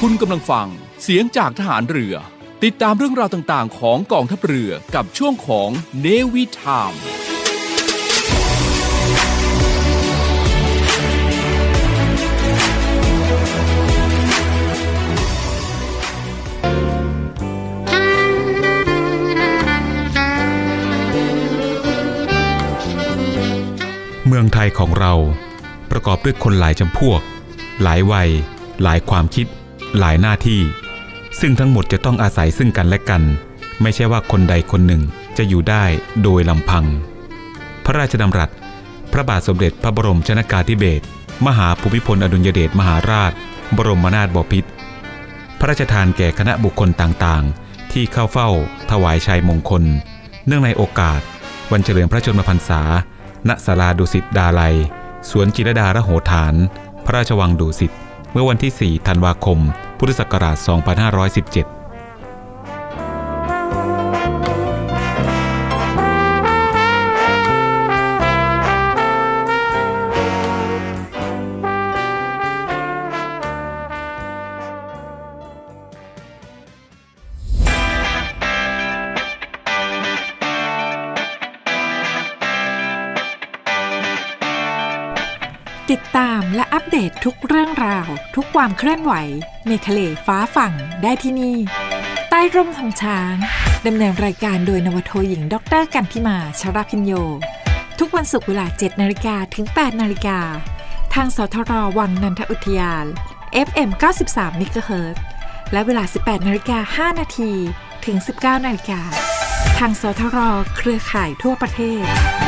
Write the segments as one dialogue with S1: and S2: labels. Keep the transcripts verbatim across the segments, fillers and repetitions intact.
S1: คุณกำลังฟังเสียงจากทหารเรือติดตามเรื่องราวต่างๆของกองทัพเรือกับช่วงของ Navy Time
S2: เมืองไทยของเราประกอบด้วยคนหลายจำพวกหลายวัยหลายความคิดหลายหน้าที่ซึ่งทั้งหมดจะต้องอาศัยซึ่งกันและกันไม่ใช่ว่าคนใดคนหนึ่งจะอยู่ได้โดยลำพังพระราชดำรัสพระบาทสมเด็จพระบรมชนกาธิเบศรมหาภูมิพลอดุลยเดชมหาราชบรมนาถบพิตรพระราชทานแก่คณะบุคคลต่างๆที่เข้าเฝ้าถวายชัยมงคลเนื่องในโอกาสวันเฉลิมพระชนมพรรษาณศาลาดุสิตดาลัยสวนจิรดาระโหฐานพระราชวังดุสิตเมื่อวันที่สี่ธันวาคมพุทธศักราชสองพันห้าร้อยสิบเจ็ด
S3: ติดตามและอัปเดตทุกเรื่องราวทุกความเคลื่อนไหวในทะเลฟ้าฝั่งได้ที่นี่ใต้ร่มธงช้างดำเนินรายการโดยนวโทหญิงดร.กันธิมาชราพิญโยทุกวันศุกร์เวลา เจ็ดนาฬิกา ถึง แปดนาฬิกาทางสทรวังนันทอุทยาน เอฟ เอ็ม เก้าสิบสาม เมกะเฮิรตซ์และเวลา สิบแปดนาฬิกาห้านาที ถึง สิบเก้านาฬิกาทางสทรเครือข่ายทั่วประเทศ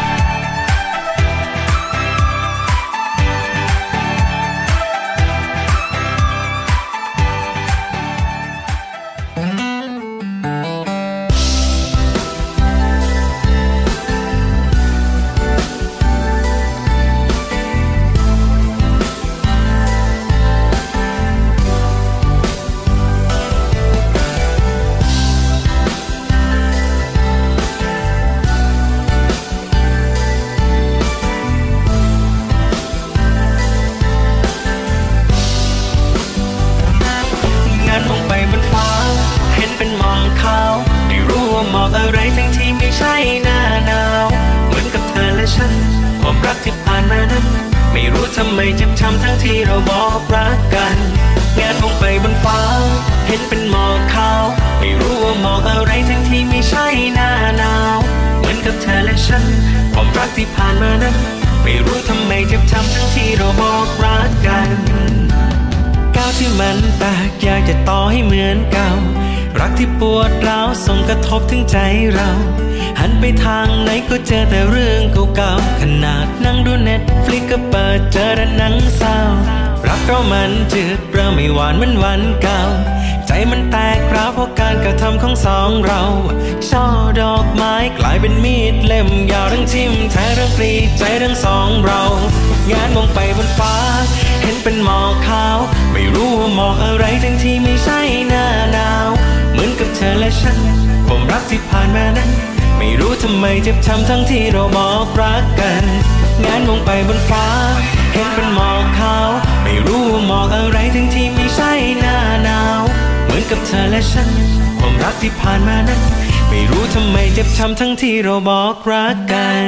S4: ทำไมเจ็บช้ำทั้งที่เราบอกรักกันงานมองไปบนฟ้าเห็นเป็นหมอกขาวไม่รู้ว่าหมอกอะไรทั้งที่ไม่ใช่หน้าหนาวเหมือนกับเธอและฉันความรักที่ผ่านมานั้นไม่รู้ทำไมเจ็บช้ำทั้งที่เราบอกรักกันก้าวที่มันแตกอยากจะต่อให้เหมือนเก่ารักที่ปวดร้าวส่งกระทบถึงใจเราหันไปทางไหนก็เจอแต่เรื่องเก่าๆขนาดนั่งดูเน็ตฟลิกก็เปิดเจอแต่หนังเศร้ารักเรามันจืดเริ่มไม่หวานเหมือนวันเก่าใจมันแตกร้าวเพราะการกระทำของสองเราช่อดอกไม้กลายเป็นมีดเล่มยาวทั้งทิ่มแทงทั้งกรีดใจทั้งสองเรางานมองไปบนฟ้าเห็นเป็นหมอกขาวไม่รู้ว่าหมอกอะไรทั้งที่ไม่ใช่หน้าหนาวเหมือนกับเธอและฉันความรักที่ผ่านมานั้นไม่รู้ทำไมเจ็บช้ำทั้งที่เราบอกรักกันงานมองไปบนฟ้าเห็นเป็นหมอกขาวไม่รู้ว่าหมอกอะไรทั้งที่ไม่ใช่หน้าหนาวเหมือนกับเธอและฉันความรักที่ผ่านมานั้นไม่รู้ทำไมเจ็บช้ำทั้งที่เราบอกรักกัน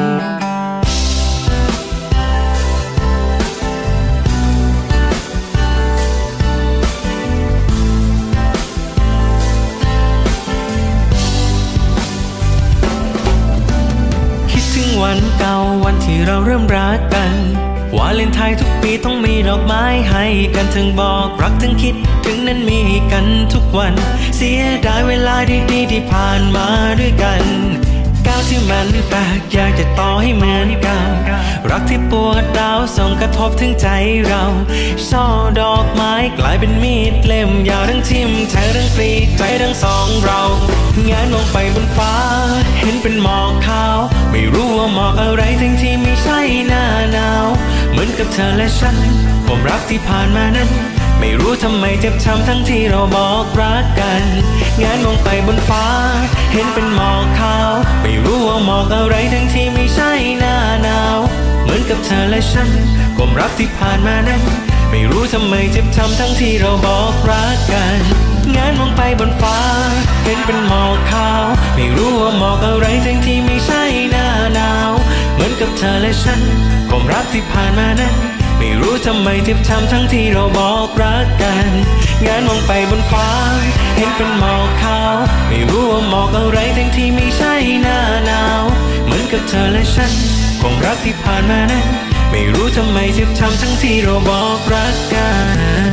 S4: วันเก่าวันที่เราเริ่มรักกันวาเลนไทน์ทุกปีต้องมีดอกไม้ให้กันถึงบอกรักถึงคิดถึงนั้นมีกันทุกวันเสียดายเวลาดีๆที่ผ่านมาด้วยกันก้าวที่มันแตกอยากจะต่อให้เหมือนเก่ารักที่ปวดร้าวส่งกระทบถึงใจเราช่อดอกไม้กลายเป็นมีดเล่มยาวทั้งทิ่มแทงทั้งกรีดใจทั้งสองเรางานมองไปบนฟ้าเห็นเป็นหมอกขาวไม่รู้ว่าหมอกอะไรทั้งที่ไม่ใช่หน้าหนาวเหมือนกับเธอและฉันความรักที่ผ่านมานั้นไม่รู้ทำไมเจ็บช้ำทั้งที่เราบอกรักกันงานมองไปบนฟ้าเห็นเป็นหมอกขาวไม่รู้ว่าหมอกอะไรทั้งที่ไม่ใช่หน้าหนาวเหมือนกับเธอและฉันความรักที่ผ่านมานั้นไม่รู้ทำไมเจ็บช้ำทั้งที่เราบอกรักกันงานมองไปบนฟ้าเห็นเป็นหมอกขาวไม่รู้ว่าหมอกอะไรทั้งที่ไม่ใช่หน้าหนาวเหมือนกับเธอและฉันความรักที่ผ่านมานั้นไม่รู้ทำไมเจ็บช้ำทั้งที่เราบอกรักกันงานมองไปบนฟ้าเห็นเป็นหมอกขาวไม่รู้ว่าหมอกอะไรทั้งที่ไม่ใช่หน้าหนาวเหมือนกับเธอและฉันความรักที่ผ่านมานั้นไม่รู้ทำไมเจ็บช้ำทั้งที่เราบอกรักกัน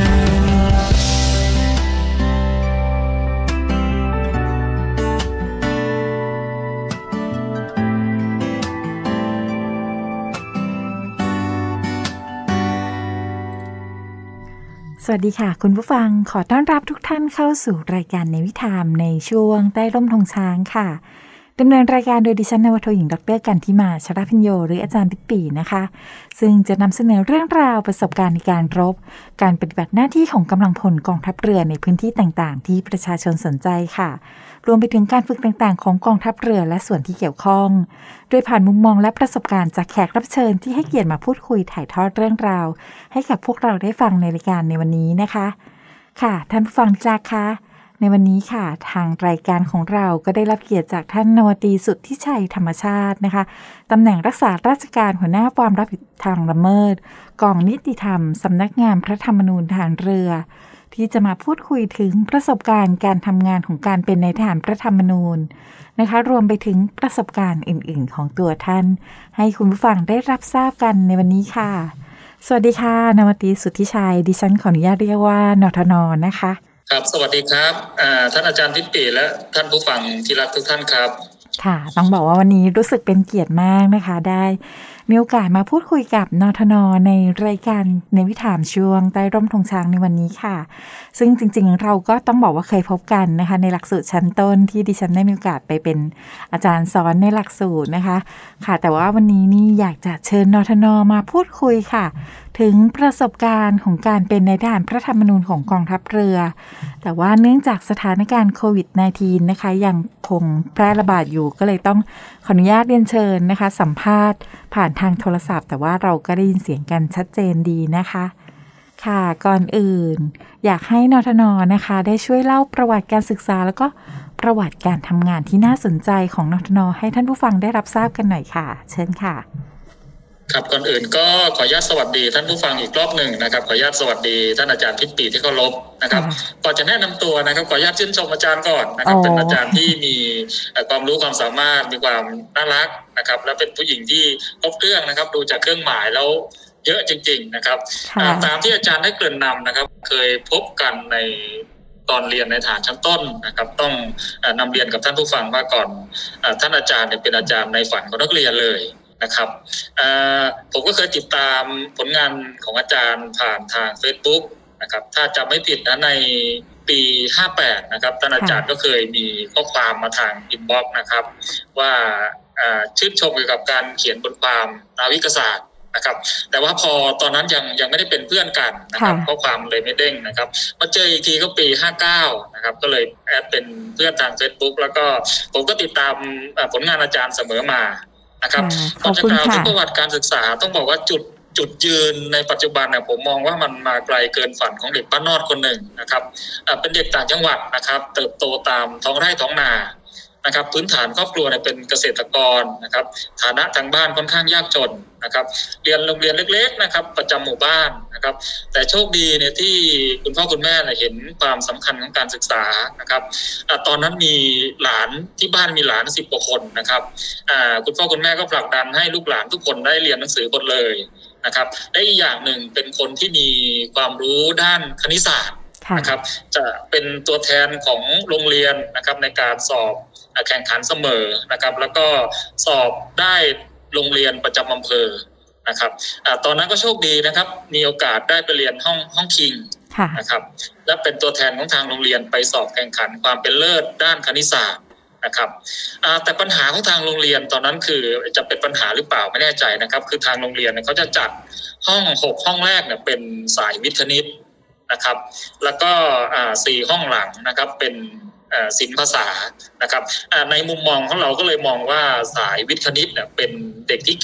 S3: สวัสดีค่ะคุณผู้ฟังขอต้อนรับทุกท่านเข้าสู่รายการในวิถามในช่วงใต้ร่มธงช้างค่ะดำเนินรายการโดยดิฉันนวโทหญิงดร.กันทิมาชราพิญโยหรืออาจารย์ติ๊กปี่นะคะซึ่งจะนำเสนอเรื่องราวประสบการณ์ในการรบการปฏิบัติหน้าที่ของกำลังพลกองทัพเรือในพื้นที่ต่างๆที่ประชาชนสนใจค่ะรวมไปถึงการฝึกต่างๆของกองทัพเรือและส่วนที่เกี่ยวข้องโดยผ่านมุมมองและประสบการณ์จากแขกรับเชิญที่ให้เกียรติมาพูดคุยถ่ายทอดเรื่องราวให้กับพวกเราได้ฟังในรายการในวันนี้นะคะค่ะท่านผู้ฟังที่รักคะในวันนี้ค่ะทางรายการของเราก็ได้รับเกียรติจากท่านนวตรีสุทธิชัยธรรมชาตินะคะตำแหน่งรักษาราชการหัวหน้าความรับผิดทางละเมิดกองนิติธรรมสำนักงานพระธรรมนูญทหารเรือที่จะมาพูดคุยถึงประสบการณ์การทำงานของการเป็นนายทหารพระธรรมนูญนะคะรวมไปถึงประสบการณ์อื่นๆของตัวท่านให้คุณผู้ฟังได้รับทราบกันในวันนี้ค่ะสวัสดีค่ะนวตรีสุทธิชัยดิฉันขออนุญาตเรียกว่านทน.นะคะ
S5: ครับสวัสดีครับท่านอาจารย์ทิพย์ปีและท่านผู้ฟังที่รักทุกท่านครับ
S3: ค่ะต้องบอกว่าวันนี้รู้สึกเป็นเกียรติมากนะคะได้มีโอกาสมาพูดคุยกับนทน.ในรายการในวิถามช่วงใต้ร่มธงช้างในวันนี้ค่ะซึ่งจริงๆเราก็ต้องบอกว่าเคยพบกันนะคะในหลักสูตรชั้นต้นที่ดิฉันได้มีโอกาสไปเป็นอาจารย์สอนในหลักสูตรนะคะค่ะแต่ว่าวันนี้นี่อยากจะเชิญนทน.มาพูดคุยค่ะถึงประสบการณ์ของการเป็นนายทหารพระธรรมนูญของกองทัพเรือแต่ว่าเนื่องจากสถานการณ์โควิด สิบเก้า นะคะยังคงแพร่ระบาดอยู่ก็เลยต้องขออนุญาตเรียนเชิญนะคะสัมภาษณ์ผ่านทางโทรศัพท์แต่ว่าเราก็ได้ยินเสียงกันชัดเจนดีนะคะค่ะก่อนอื่นอยากให้นทน.นะคะได้ช่วยเล่าประวัติการศึกษาแล้วก็ประวัติการทำงานที่น่าสนใจของนทน.ให้ท่านผู้ฟังได้รับทราบกันหน่อยค่ะเชิญค่ะ
S5: ครับก่อนอื่นก็ขออนุญาตสวัสดีท่านผู้ฟังอีกรอบหนึ่งนะครับขออนุญาตสวัสดีท่านอาจารย์ทิพย์ปีที่เคารพนะครับก่อนจะแนะนำตัวนะครับขออนุญาตชื่นชมอาจารย์ก่อนนะครับเป็นอาจารย์ที่มีความรู้ความสามารถมีความน่ารักนะครับและเป็นผู้หญิงที่ครบเครื่องนะครับดูจากเครื่องหมายแล้วเยอะจริงๆนะครับตามที่อาจารย์ได้เกริ่นนำนะครับเคยพบกันในตอนเรียนในฐานชั้นต้นนะครับต้องนำเรียนกับท่านผู้ฟังว่าก่อนท่านอาจารย์เนี่ยเป็นอาจารย์ในฝันของนักเรียนเลยนะครับผมก็เคยติดตามผลงานของอาจารย์ผ่านทาง Facebook นะครับถ้าจำไม่ผิดนะในปีห้าแปดนะครับท่านอาจารย์ก็เคยมีข้อความมาทางอินบ็อกซ์นะครับว่าชื่นชมเกี่ยวกับการเขียนบทความนาวิกศาสตร์นะครับแต่ว่าพอตอนนั้นยังยังไม่ได้เป็นเพื่อนกันนะครับข้อความเลยไม่เด้งนะครับมาเจออีกทีก็ปีห้าเก้านะครับก็เลยแอดเป็นเพื่อนทาง Facebook แล้วก็ผมก็ติดตามผลงานอาจารย์เสมอมานะครับก่อนจะกล่าวถึงประวัติการศึกษาต้องบอกว่าจุดจุดยืนในปัจจุบันเนี่ยผมมองว่ามันมาไกลเกินฝันของเด็กบ้านนอกคนหนึ่งนะครับเป็นเด็กต่างจังหวัดนะครับเติบโตตามท้องไร่ท้องนานะครับพื้นฐานครอบครัวเนี่ยเป็นเกษตรกรนะครับฐานะทางบ้านค่อนข้างยากจนนะครับเรียนโรงเรียนเล็กๆนะครับประจำหมู่บ้านนะครับแต่โชคดีเนี่ยที่คุณพ่อคุณแม่เนี่ยเห็นความสำคัญของการศึกษานะครับตอนนั้นมีหลานที่บ้านมีหลานสิบกว่าคนนะครับคุณพ่อคุณแม่ก็ผลักดันให้ลูกหลานทุกคนได้เรียนหนังสือหมดเลยนะครับและอีกอย่างหนึ่งเป็นคนที่มีความรู้ด้านคณิตศาสตร์นะครับจะเป็นตัวแทนของโรงเรียนนะครับในการสอบแข่งขันเสมอนะครับแล้วก็สอบได้โรงเรียนประจำอำเภอนะครับตอนนั้นก็โชคดีนะครับมีโอกาสได้ไปเรียนห้องห้องคิงนะครับและเป็นตัวแทนของทางโรงเรียนไปสอบแข่งขันความเป็นเลิศด้านคณิตศาสตร์นะครับแต่ปัญหาของทางโรงเรียนตอนนั้นคือจะเป็นปัญหาหรือเปล่าไม่แน่ใจนะครับคือทางโรงเรียนเขาจะจัดห้องหกห้องแรกเนี่ยเป็นสายวิทย์คณิตนะครับแล้วก็สี่ห้องหลังนะครับเป็นศิลปภาษานะครับในมุมมองของเราก็เลยมองว่าสายวิทย์คณิตเนี่ยเป็นเด็กที่เก่ง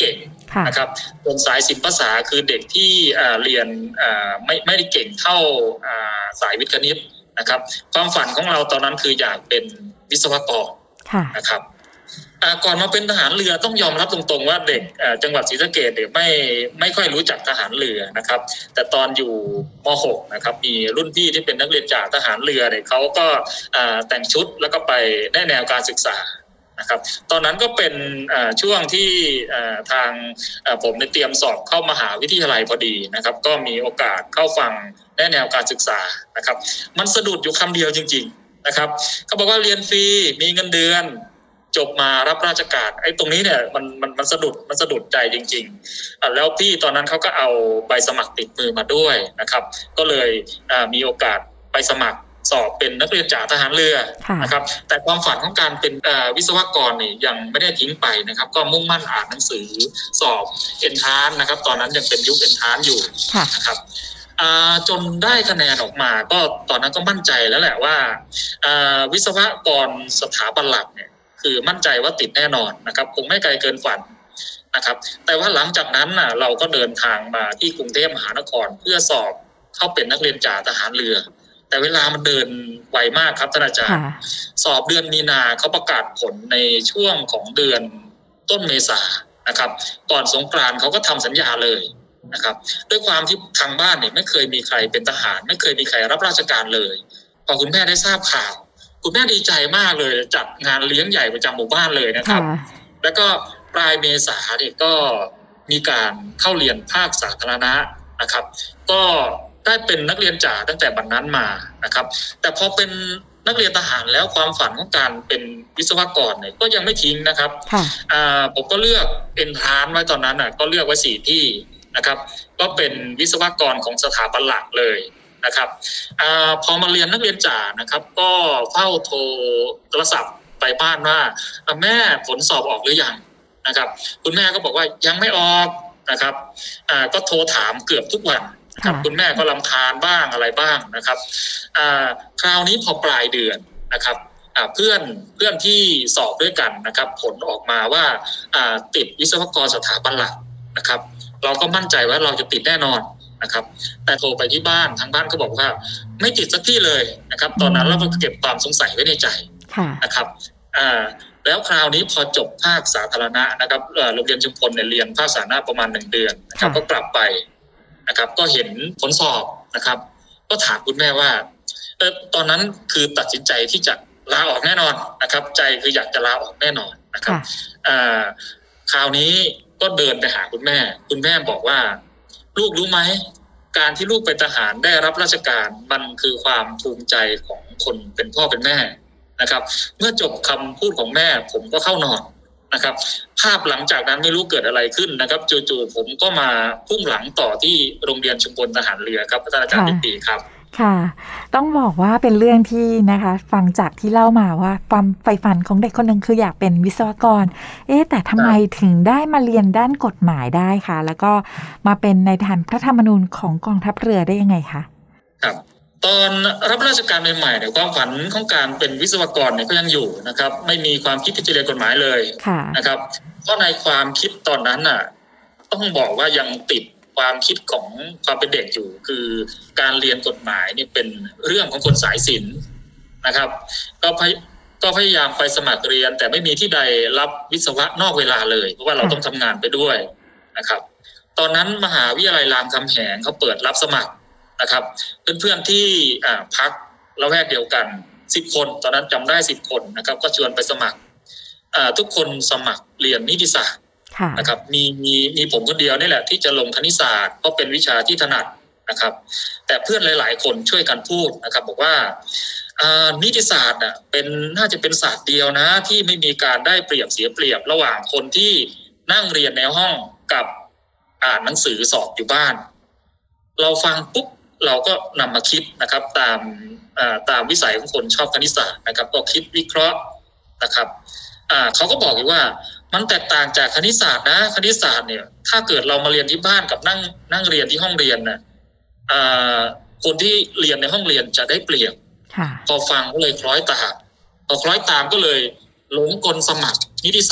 S5: นะครับส่วนสายศิลปภาษาคือเด็กที่เรียนไม่ไม่ได้เก่งเท่าสายวิทย์คณิตนะครับความฝันของเราตอนนั้นคืออยากเป็นวิศวกรนะครับก่อนมาเป็นทหารเรือต้องยอมรับตรงๆว่าเด็กจังหวัดศรีสะเกษเนี่ยไม่ไม่ค่อยรู้จักทหารเรือนะครับแต่ตอนอยู่ม.หก นะครับมีรุ่นพี่ที่เป็นนักเรียนจากทหารเรือเนี่ยเขาก็แต่งชุดแล้วก็ไปแนะแนวการศึกษานะครับตอนนั้นก็เป็นช่วงที่ทางผมได้เตรียมสอบเข้ามหาวิทยาลัยพอดีนะครับก็มีโอกาสเข้าฟังแนะแนวการศึกษานะครับมันสะดุดอยู่คำเดียวจริงๆนะครับเขาบอกว่าเรียนฟรีมีเงินเดือนจบมารับราชการไอ้ตรงนี้เนี่ยมันมันมันสะดุดมันสะดุดใจจริงๆแล้วพี่ตอนนั้นเขาก็เอาใบสมัครติดมือมาด้วยนะครับก็เลยมีโอกาสไปสมัครสอบเป็นนักเรียนจ่าทหารเรือนะครับแต่ความฝันของการเป็นวิศวกรนี่ยังไม่ได้ทิ้งไปนะครับก็มุ่งมั่นอ่านหนังสือสอบเอนทรานซ์นะครับตอนนั้นยังเป็นยุคเอนทรานซ์อยู่นะครับจนได้คะแนนออกมาก็ตอนนั้นก็มั่นใจแล้วแหละว่าวิศวกรสถาบันหลักเนี่ยคือมั่นใจว่าติดแน่นอนนะครับคงไม่ไกลเกินฝันนะครับแต่ว่าหลังจากนั้นน่ะเราก็เดินทางมาที่กรุงเทพมหานครเพื่อสอบเข้าเป็นนักเรียนจ่าทหารเรือแต่เวลามันเดินไวมากครับท่านอาจารย์สอบเดือนมีนาเขาประกาศผลในช่วงของเดือนต้นเมษานะครับก่อนสงกรานต์เขาก็ทำสัญญาเลยนะครับด้วยความที่ทางบ้านเนี่ยไม่เคยมีใครเป็นทหารไม่เคยมีใครรับราชการเลยพอคุณแม่ได้ทราบข่าวคุณแม่ดีใจมากเลยจัดงานเลี้ยงใหญ่ประจำหมู่บ้านเลยนะครับแล้วก็ปลายเมษาเนี่ยก็มีการเข้าเรียนภาคสาธารณะนะครับก็ได้เป็นนักเรียนจ่าตั้งแต่บัดนั้นมานะครับแต่พอเป็นนักเรียนทหารแล้วความฝันของการเป็นวิศวกรเนี่ยก็ยังไม่ทิ้งนะครับผมก็เลือกเอนทรานซ์ไว้ตอนนั้นน่ะก็เลือกไว้สี่ที่นะครับก็เป็นวิศวกรของสถาบันหลักเลยนะครับอพอมาเรียนนักเรียนจ่านะครับก็เฝ้าโทรโทรศัพท์ไปบ้านว่าแม่ผลสอบออกหรือยังนะครับคุณแม่ก็บอกว่ายังไม่ออกนะครับก็โทรถามเกือบทุกวันครับคุณแม่ก็รำคาญบ้างอะไรบ้างนะครับคราวนี้พอปลายเดือนนะครับเพื่อนเพื่อนที่สอบด้วยกันนะครับผลออกมาว่าติดวิศวกรสถาบันหลักนะครับเราก็มั่นใจว่าเราจะติดแน่นอนนะครับแต่โทรไปที่บ้านทางบ้านก็บอกว่าไม่ติดสักที่เลยนะครับตอนนั้นเราก็เก็บความสงสัยไว้ในใจนะครับแล้วคราวนี้พอจบภาคสาธารณะนะครับโรงเรียนชุมพลเนี่ยเรียนภาคสาธารณะประมาณหนึ่งเดือนนะครับก็กลับไปนะครับก็เห็นผลสอบนะครับก็ถามคุณแม่ว่าเออตอนนั้นคือตัดสินใจที่จะลาออกแน่นอนนะครับใจคืออยากจะลาออกแน่นอนนะครับคราวนี้ก็เดินไปหาคุณแม่คุณแม่บอกว่าลูกรู้ไหมการที่ลูกเป็นทหารได้รับราชการมันคือความภูมิใจของคนเป็นพ่อเป็นแม่นะครับเมื่อจบคำพูดของแม่ผมก็เข้านอนนะครับภาพหลังจากนั้นไม่รู้เกิดอะไรขึ้นนะครับจู่ๆผมก็มาพุ่งหลังต่อที่โรงเรียนชุมพลทหารเรือครับท่านอาจารย์นิติครับ
S3: ค่ะต้องบอกว่าเป็นเรื่องที่นะคะฟังจากที่เล่ามาว่าความใฝ่ฝันของเด็กคนหนึ่งคืออยากเป็นวิศวกรเอ๊ะแต่ทำไมถึงได้มาเรียนด้านกฎหมายได้คะแล้วก็มาเป็นนายทหารพระธรรมนูญของกองทัพเรือได้ยังไงคะ
S5: ครับตอนรับราชการใหม่ๆเนี่ยความฝันของการเป็นวิศวกรเนี่ยก็ยังอยู่นะครับไม่มีความคิดที่จะเรียนกฎหมายเลยนะครับเพราะในความคิดตอนนั้นน่ะต้องบอกว่ายังติดความคิดของความเป็นเด็กอยู่คือการเรียนกฎหมายนี่เป็นเรื่องของคนสายศิลป์นะครับก็พยก็พยายามไปสมัครเรียนแต่ไม่มีที่ใดรับวิศวะนอกเวลาเลยเพราะว่าเราต้องทำงานไปด้วยนะครับตอนนั้นมหาวิทยาลัยรามคำแหงเขาเปิดรับสมัครนะครับเพื่อนๆที่พักละแวกเดียวกันสิบคนตอนนั้นจำได้สิบคนนะครับก็ชวนไปสมัครทุกคนสมัครเรียนนิติศาสตร์นะครับมีมีมีผมคนเดียวนี่แหละที่จะลงคณิตศาสตร์เพราะเป็นวิชาที่ถนัดนะครับแต่เพื่อนหลายๆคนช่วยกันพูดนะครับบอกว่านิติศาสตร์น่ะเป็นน่าจะเป็นศาสตร์เดียวนะที่ไม่มีการได้เปรียบเสียเปรียบระหว่างคนที่นั่งเรียนในห้องกับอ่านหนังสือสอบอยู่บ้านเราฟังปุ๊บเราก็นำมาคิดนะครับตามตามวิสัยของคนชอบคณิตศาสตร์นะครับก็คิดวิเคราะห์นะครับเขาก็บอกว่ามันแตกต่างจากคณิตศาสตร์นะคณิตศาสตร์เนี่ยถ้าเกิดเรามาเรียนที่บ้านกับนั่งนั่งเรียนที่ห้องเรียนนะคนที่เรียนในห้องเรียนจะได้เปรียบพอฟังก็เลยคล้อยตามพอคล้อยตามก็เลยหลงกลสมัครนิติศาสตร์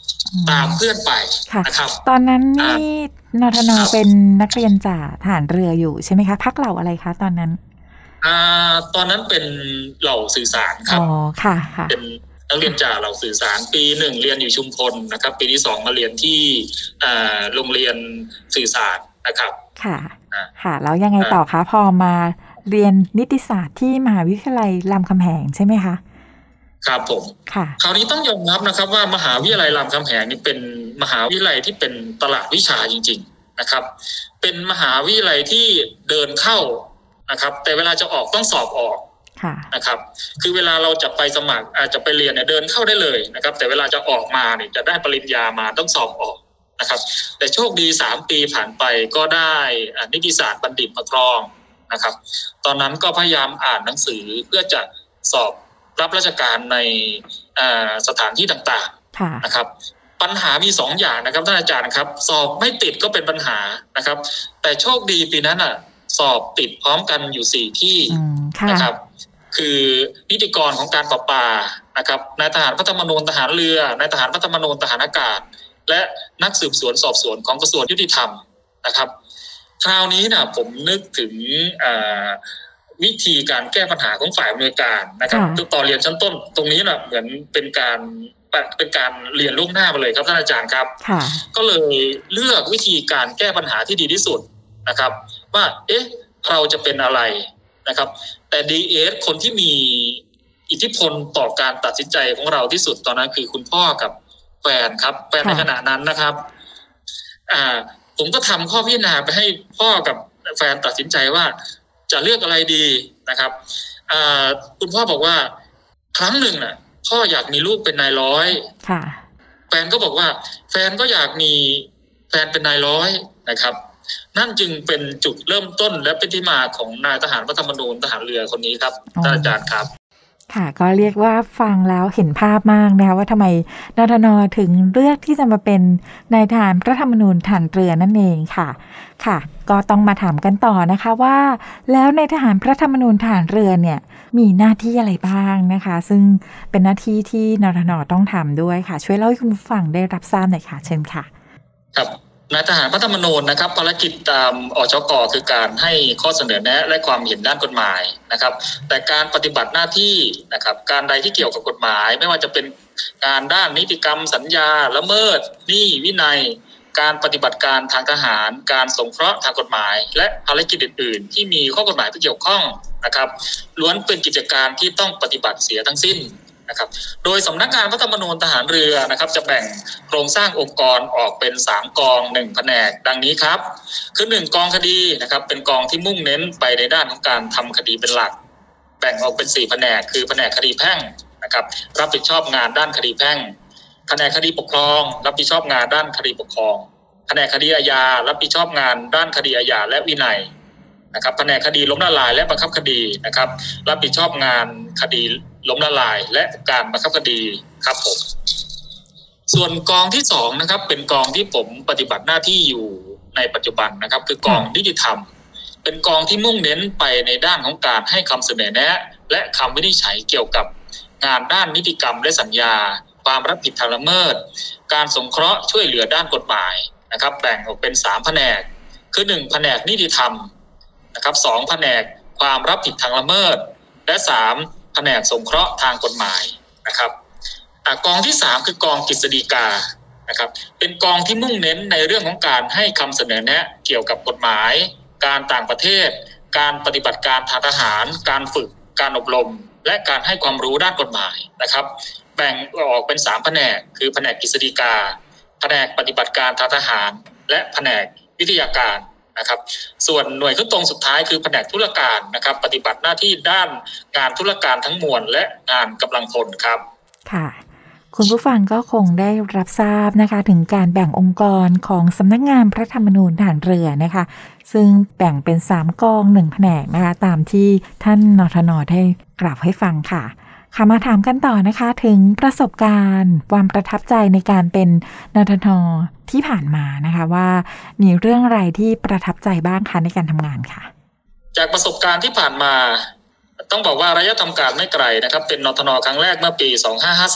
S5: ตามเพื่อนไปนะครับ
S3: ตอนนั้นนี่นทน.เป็นนักเรียนจ่าทหารเรืออยู่ใช่ไหมคะพักเหล่าอะไรคะตอนนั้น
S5: อ่าตอนนั้นเป็นเหล่าสื่อสารครับ
S3: อ๋อค่ะค่ะ
S5: เป็นนักเรียนจ่าเหล่าสื่อสารปีหนึ่งเรียนอยู่ชุมพลนะครับปีที่สองมาเรียนที่อ่าโรงเรียนสื่อสารนะครับ
S3: ค่ะค่ะแล้วยังไงต่อคะพอมาเรียนนิติศาสตร์ที่มหาวิทยาลัยรามคำแหงใช่ไหมคะ
S5: ครับผม
S3: ค่ะ
S5: คราวนี้ต้องยอมรับนะครับว่ามหาวิทยาลัยรามคำแหงนี่เป็นมหาวิทยาลัยที่เป็นตลาดวิชาจริงๆนะครับเป็นมหาวิทยาลัยที่เดินเข้านะครับแต่เวลาจะออกต้องสอบออกนะครับคือเวลาเราจะไปสมัครอาจจะไปเรียนเนี่ยเดินเข้าได้เลยนะครับแต่เวลาจะออกมาเนี่ยจะได้ปริญญามาต้องสอบออกนะครับแต่โชคดีสามปีผ่านไปก็ได้นิติศาสตร์บัณฑิตมาครองนะครับตอนนั้นก็พยายามอ่านหนังสือเพื่อจะสอบรับราชการในสถานที่ต่างๆนะครับปัญหามีสองอย่างนะครับท่านอาจารย์ครับสอบไม่ติดก็เป็นปัญหานะครับแต่โชคดีปีนั้นอ่ะสอบติดพร้อมกันอยู่สี่ที่นะครับคือนิติกรของการประปานะครับนายทหารพระธรรมนูญทหารเรือนายทหารพระธรรมนูญทหารอากาศและนักสืบสวนสอบสวนของกระทรวงยุติธรรมนะครับคราวนี้นะผมนึกถึงวิธีการแก้ปัญหาของฝ่ายอำนวยการนะครับตอนเรียนชั้นต้นตรงนี้นะเหมือนเป็นการเป็นการเรียนล่วงหน้าไปเลยครับท่านอาจารย์ครับก็เลยเลือกวิธีการแก้ปัญหาที่ดีที่สุดนะครับว่าเอ๊ะเราจะเป็นอะไรนะครับแต่ ดี เอส คนที่มีอิทธิพลต่อการตัดสินใจของเราที่สุดตอนนั้นคือคุณพ่อกับแฟนครับแฟนในขณะนั้นนะครับอ่าผมก็ทำข้อพิจารณาไปให้พ่อกับแฟนตัดสินใจว่าจะเลือกอะไรดีนะครับอ่าคุณพ่อบอกว่าครั้งหนึ่งน่ะพ่ออยากมีลูกเป็นนายร้อยแฟนก็บอกว่าแฟนก็อยากมีแฟนเป็นนายร้อยนะครับนั่นจึงเป็นจุดเริ่มต้นและเป็นที่มาของนายทหารพระธรรมนูญทหารเรือคนนี้ครับท่านอาจารย์ครับ
S3: ค่ะก็เรียกว่าฟังแล้วเห็นภาพมากนะคะว่าทำไมนทน.ถึงเลือกที่จะมาเป็นนายทหารพระธรรมนูญทหารเรือนั่นเองค่ะค่ะก็ต้องมาถามกันต่อนะคะว่าแล้วในทหารพระธรรมนูญทหารเรือเนี่ยมีหน้าที่อะไรบ้างนะคะซึ่งเป็นหน้าที่ที่นทน.ต้องทำด้วยค่ะช่วยเล่าให้คุณผู้ฟังได้รับทราบหน่อยค่ะเชิญค่ะ
S5: ครับนายทหารพระธรรมนูญนะครับภารกิจตามอชก.คือการให้ข้อเสนอแนะและความเห็นด้านกฎหมายนะครับแต่การปฏิบัติหน้าที่นะครับการใดที่เกี่ยวกับกฎหมายไม่ว่าจะเป็นการด้านนิติกรรมสัญญาละเมิดหนี้วินัยการปฏิบัติการทางทหารการสงเคราะห์ทางกฎหมายและภารกิจอื่นๆที่มีข้อกฎหมายที่เกี่ยวข้องนะครับล้วนเป็นกิจการที่ต้องปฏิบัติเสียทั้งสิ้นนะครับโดยสำนักงานพระธรรมนูญทหารเรือนะครับจะแบ่งโครงสร้างองค์กรออกเป็นสามกองหนึ่งแผนกดังนี้ครับคือหนึ่งกองคดีนะครับเป็นกองที่มุ่งเน้นไปในด้านของการทำคดีเป็นหลักแบ่งออกเป็นสี่แผนกคือแผนกคดีแพ่งนะครับรับผิดชอบงานด้านคดีแพ่งแผนกคดีปกครองรับผิดชอบงานด้านคดีปกครองแผนกคดีอาญารับผิดชอบงานด้านคดีอาญาและวินัยนะครับแผนกคดีล้มละลายและบังคับคดีนะครับรับผิดชอบงานคดีล้มละลายและการบังคับคดีครับผมส่วนกองที่สองนะครับเป็นกองที่ผมปฏิบัติหน้าที่อยู่ในปัจจุบันนะครับคือกองนิติธรรมเป็นกองที่มุ่งเน้นไปในด้านของการให้คำเสนอแนะและคำวินิจฉัยเกี่ยวกับงานด้านนิติกรรมและสัญญาความรับผิดทางละเมิดการสงเคราะห์ช่วยเหลือด้านกฎหมายนะครับแบ่งออกเป็นสามแผนกคือหนึ่งแผนกนิติธรรมนะครับสองแผนกความรับผิดทางละเมิดและสามแผนกสงเคราะห์ทางกฎหมายนะครับกองที่สามคือกองกฤษฎีกานะครับเป็นกองที่มุ่งเน้นในเรื่องของการให้คำเสนอแนะเกี่ยวกับกฎหมายการต่างประเทศการปฏิบัติการทางทหารการฝึกการอบรมและการให้ความรู้ด้านกฎหมายนะครับแบ่งออกเป็นสามแผนกคือแผนกกฤษฎีกาแผนกปฏิบัติการทางทหารและแผนกวิทยาการนะครับส่วนหน่วยขึ้นตรงสุดท้ายคือแผนกธุรการนะครับปฏิบัติหน้าที่ด้านงานธุรการทั้งมวลและงานกำลังพลครับ
S3: ค่ะคุณผู้ฟังก็คงได้รับทราบนะคะถึงการแบ่งองค์กรของสำนักงานพระธรรมนูญทหารเรือนะคะซึ่งแบ่งเป็นสามกองหนึ่งแผนกนะคะตามที่ท่านนทน.ได้กล่าวให้ฟังค่ะค่ะมาถามกันต่อนะคะถึงประสบการณ์ความประทับใจในการเป็นนทน.ที่ผ่านมานะคะว่ามีเรื่องอะไรที่ประทับใจบ้างคะในการทำงานค่ะ
S5: จากประสบการณ์ที่ผ่านมาต้องบอกว่าระยะทำการไม่ไกลนะครับเป็นนทน.ครั้งแรกเมื่อปีสองพันห้าร้อยห้าสิบสาม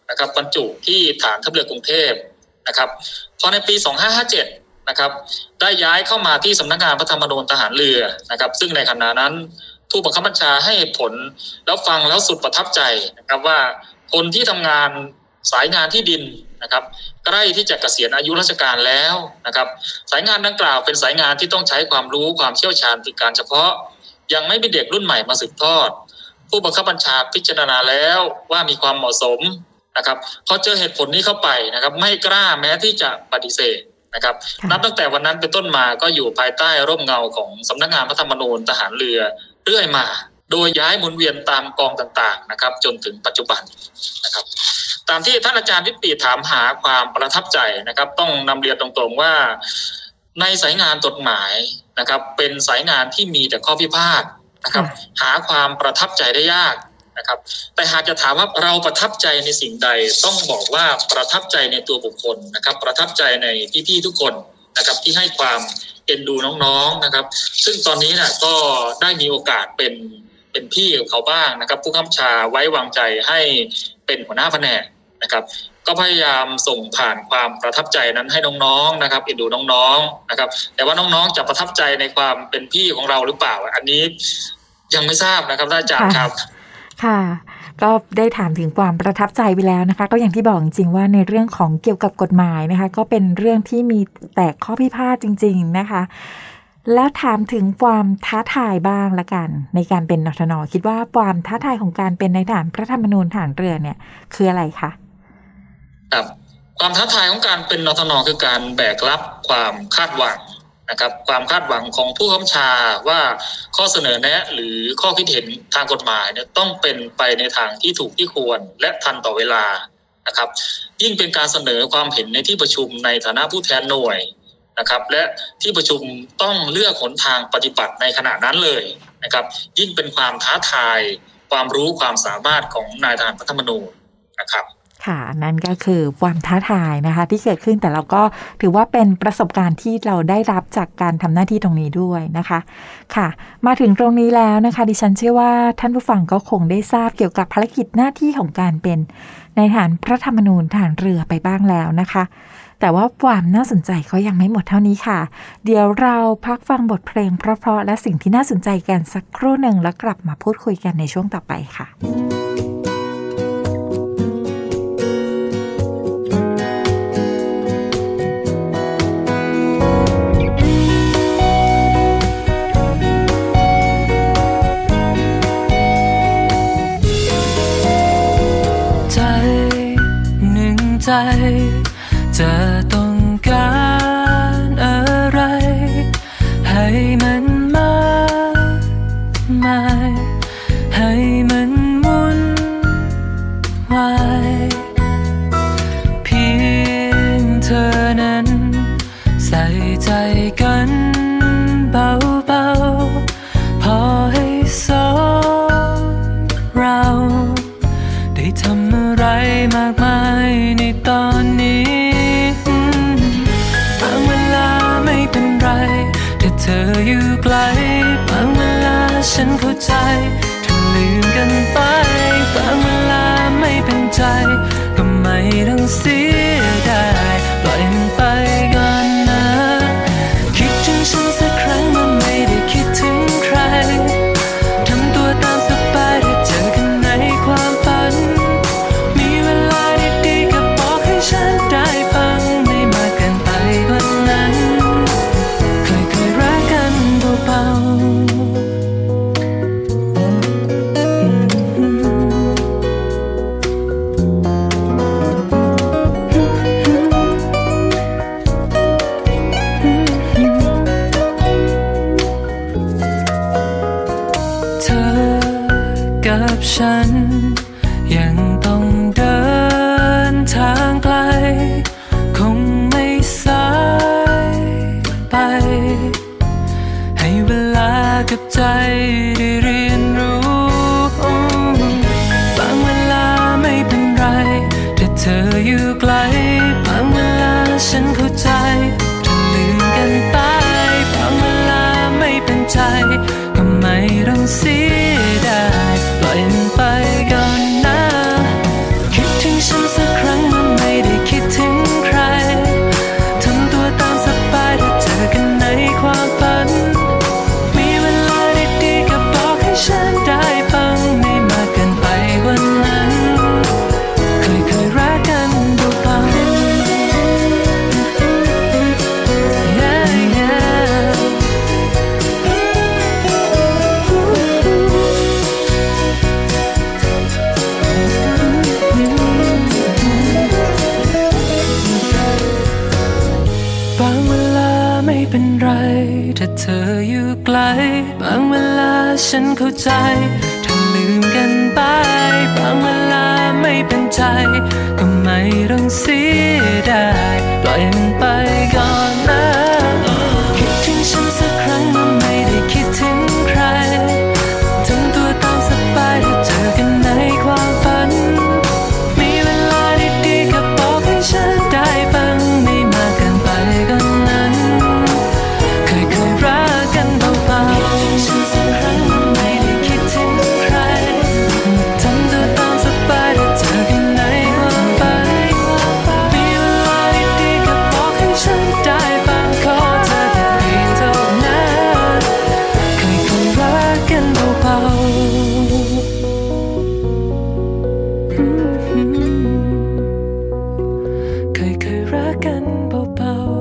S5: นะครับบรรจุที่ฐานทัพเรือกรุงเทพนะครับพอในปีสองพันห้าร้อยห้าสิบเจ็ดนะครับได้ย้ายเข้ามาที่สำนักงานพระธรรมนูญทหารเรือนะครับซึ่งในขณะนั้นผู้บังคับบัญชาให้ผลแล้วฟังแล้วสุดประทับใจนะครับว่าคนที่ทำงานสายงานที่ดินนะครับใกล้ที่จะเกษียณอายุราชการแล้วนะครับสายงานดังกล่าวเป็นสายงานที่ต้องใช้ความรู้ความเชี่ยวชาญฝึกการเฉพาะยังไม่มีเด็กรุ่นใหม่มาสืบทอดผู้บังคับบัญชาพิจารณาแล้วว่ามีความเหมาะสมนะครับพอเจอเหตุผลนี้เข้าไปนะครับไม่กล้าแม้ที่จะปฏิเสธนะครับนับตั้งแต่วันนั้นเป็นต้นมาก็อยู่ภายใต้ร่มเงาของสำนักงานพระธรรมนูญทหารเรือเรื่อยมาโดยย้ายหมุนเวียนตามกองต่างๆนะครับจนถึงปัจจุบันนะครับตามที่ท่านอาจารย์วิปปีถามหาความประทับใจนะครับต้องนำเรียนตรงๆว่าในสายงานกฎหมายนะครับเป็นสายงานที่มีแต่ข้อพิพาทนะครับหาความประทับใจได้ยากนะครับแต่หากจะถามว่าเราประทับใจในสิ่งใดต้องบอกว่าประทับใจในตัวบุคคลนะครับประทับใจในพี่ๆทุกคนนะครับที่ให้ความเอ็นดูน้องๆนะครับซึ่งตอนนี้นะก็ได้มีโอกาสเป็นเป็นพี่กับเขาบ้างนะครับผู้กำกับชาไว้วางใจให้เป็นหัวหน้าแผนกนะครับก็พยายามส่งผ่านความประทับใจนั้นให้น้องๆนะครับเอ็นดูน้องๆนะครับแต่ว่าน้องๆจะประทับใจในความเป็นพี่ของเราหรือเปล่าอันนี้ยังไม่ทราบนะครับท่านอาจารย์ครับ
S3: ค่ะก็ได้ถามถึงความประทับใจไปแล้วนะคะก็อย่างที่บอกจริงๆว่าในเรื่องของเกี่ยวกับกฎหมายนะคะก็เป็นเรื่องที่มีแต่ข้อพิพาทจริงๆนะคะแล้วถามถึงความท้าทายบ้างละกันในการเป็นนทน.คิดว่าความท้าทายของการเป็นนายทหารพระธรรมนูญทหารเรือเนี่ยคืออะไรคะ
S5: ครับความท้าทายของการเป็นนทน.คือการแบกรับความคาดหวังนะครับความคาดหวังของผู้กำกับชาว่าข้อเสนอแนะหรือข้อคิดเห็นทางกฎหมายเนี่ยต้องเป็นไปในทางที่ถูกที่ควรและทันต่อเวลานะครับยิ่งเป็นการเสนอความเห็นในที่ประชุมในฐานะผู้แทนหน่วยนะครับและที่ประชุมต้องเลือกหนทางปฏิบัติในขณะนั้นเลยนะครับยิ่งเป็นความท้าทายความรู้ความสามารถของนายทหารพระธรรมนูญนะครับ
S3: ค่ะนั่นก็คือความท้าทายนะคะที่เกิดขึ้นแต่เราก็ถือว่าเป็นประสบการณ์ที่เราได้รับจากการทำหน้าที่ตรงนี้ด้วยนะคะค่ะมาถึงตรงนี้แล้วนะคะดิฉันเชื่อว่าท่านผู้ฟังก็คงได้ทราบเกี่ยวกับภารกิจหน้าที่ของการเป็นนายทหารพระธรรมนูญทหารเรือไปบ้างแล้วนะคะแต่ว่าความน่าสนใจก็ยังไม่หมดเท่านี้ค่ะเดี๋ยวเราพักฟังบทเพลงเพราะๆและสิ่งที่น่าสนใจกันสักครู่หนึ่งแล้วกลับมาพูดคุยกันในช่วงต่อไปค่ะ
S4: ใจจะต้องการอะไรให้มันมากมายให้มันวุ่นวายเพียงเธอนั้นใส่ใจกันเบาๆพอให้สองเราได้ทำอะไรมากมายในตอนนี้บางเวลาไม่เป็นไรถ้าเธออยู่ไกลบางเวลาฉันเข้าใจถ้าลืมกันไปบางเวลาไม่เป็นใจก็ไม่ต้องเสียดายปล่อยมันไปก่อนนะคิดถึงฉันสักครั้งเมื่อไม่ได้คิดถึงใครทำตัวตามสบายได้เจอกันในความฝันมีเวลาดีๆก็บอกให้ฉันได้ฟังไม่มากเกินไปกว่านั้นค่อยๆรักกันเบาๆเธอกับฉันยังต้องเดินทางไกลคงไม่สายไปให้เวลากับใจได้เรียนรู้บางเวลาไม่เป็นไรถ้าเธออยู่ไกลบางเวลาฉันเข้าใจถ้าลืมกันไปบางเวลาไม่เป็นใจก็ไม่ต้องเสียดายปล่อยมันไปก่อนนะคิดถึงฉันสักฉันเข้าใจถ้าลืมกันไปบางเวลาไม่เป็นใจก็ไม่ต้องเสียดายปล่อยมันไปก่อนนะคิดถึงฉันสักครั้งเมื่อไม่ได้คิดถึงใครทำตัวตามสบายถ้าเจอกันในความฝันมีเวลาดีๆก็บอกให้ฉันได้ฟังไม่มากเกินไปก็นั้นเคยเคยรักกันเบาๆคิดถึงฉันสักครั้งเมื่อไม่ได้คิดถึงใครทำตัวตามสบายถ้าเจอกันในความฝันมีเวลาดีๆก็บอกให้ฉันได้ฟังขอเธอแค่เพียงเท่านั้นเคยเคยรักกันเบาๆเคยเคยรักกันเบาๆ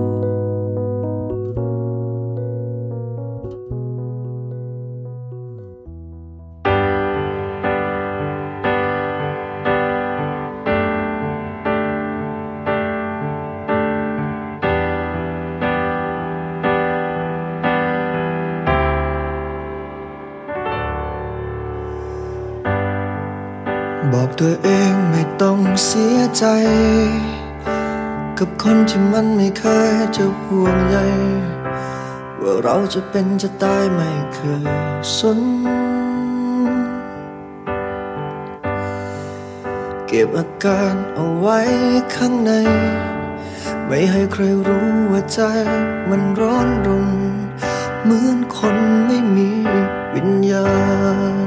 S6: บอกตัวเองไม่ต้องเสียใจกับคนที่มันไม่เคยจะห่วงใยว่าเราจะเป็นจะตายไม่เคยสนเก็บอาการเอาไว้ข้างในไม่ให้ใครรู้ว่าใจมันร้อนรนเหมือนคนไม่มีวิญญาณ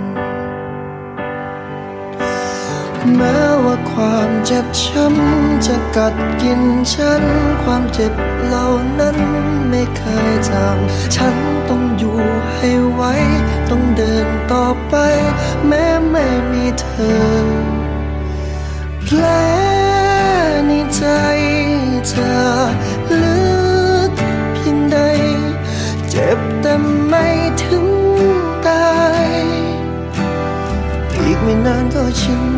S6: แม้ว่าความเจ็บช้ำจะกัดกินฉันความเจ็บเหล่านั้นไม่เคยจางฉันต้องอยู่ให้ไหวต้องเดินต่อไปแม้ไม่มีเธอแผลในใจเธอลึกเพียงใดเจ็บแต่ไม่ถึงตายอีกไม่นานก็ชิน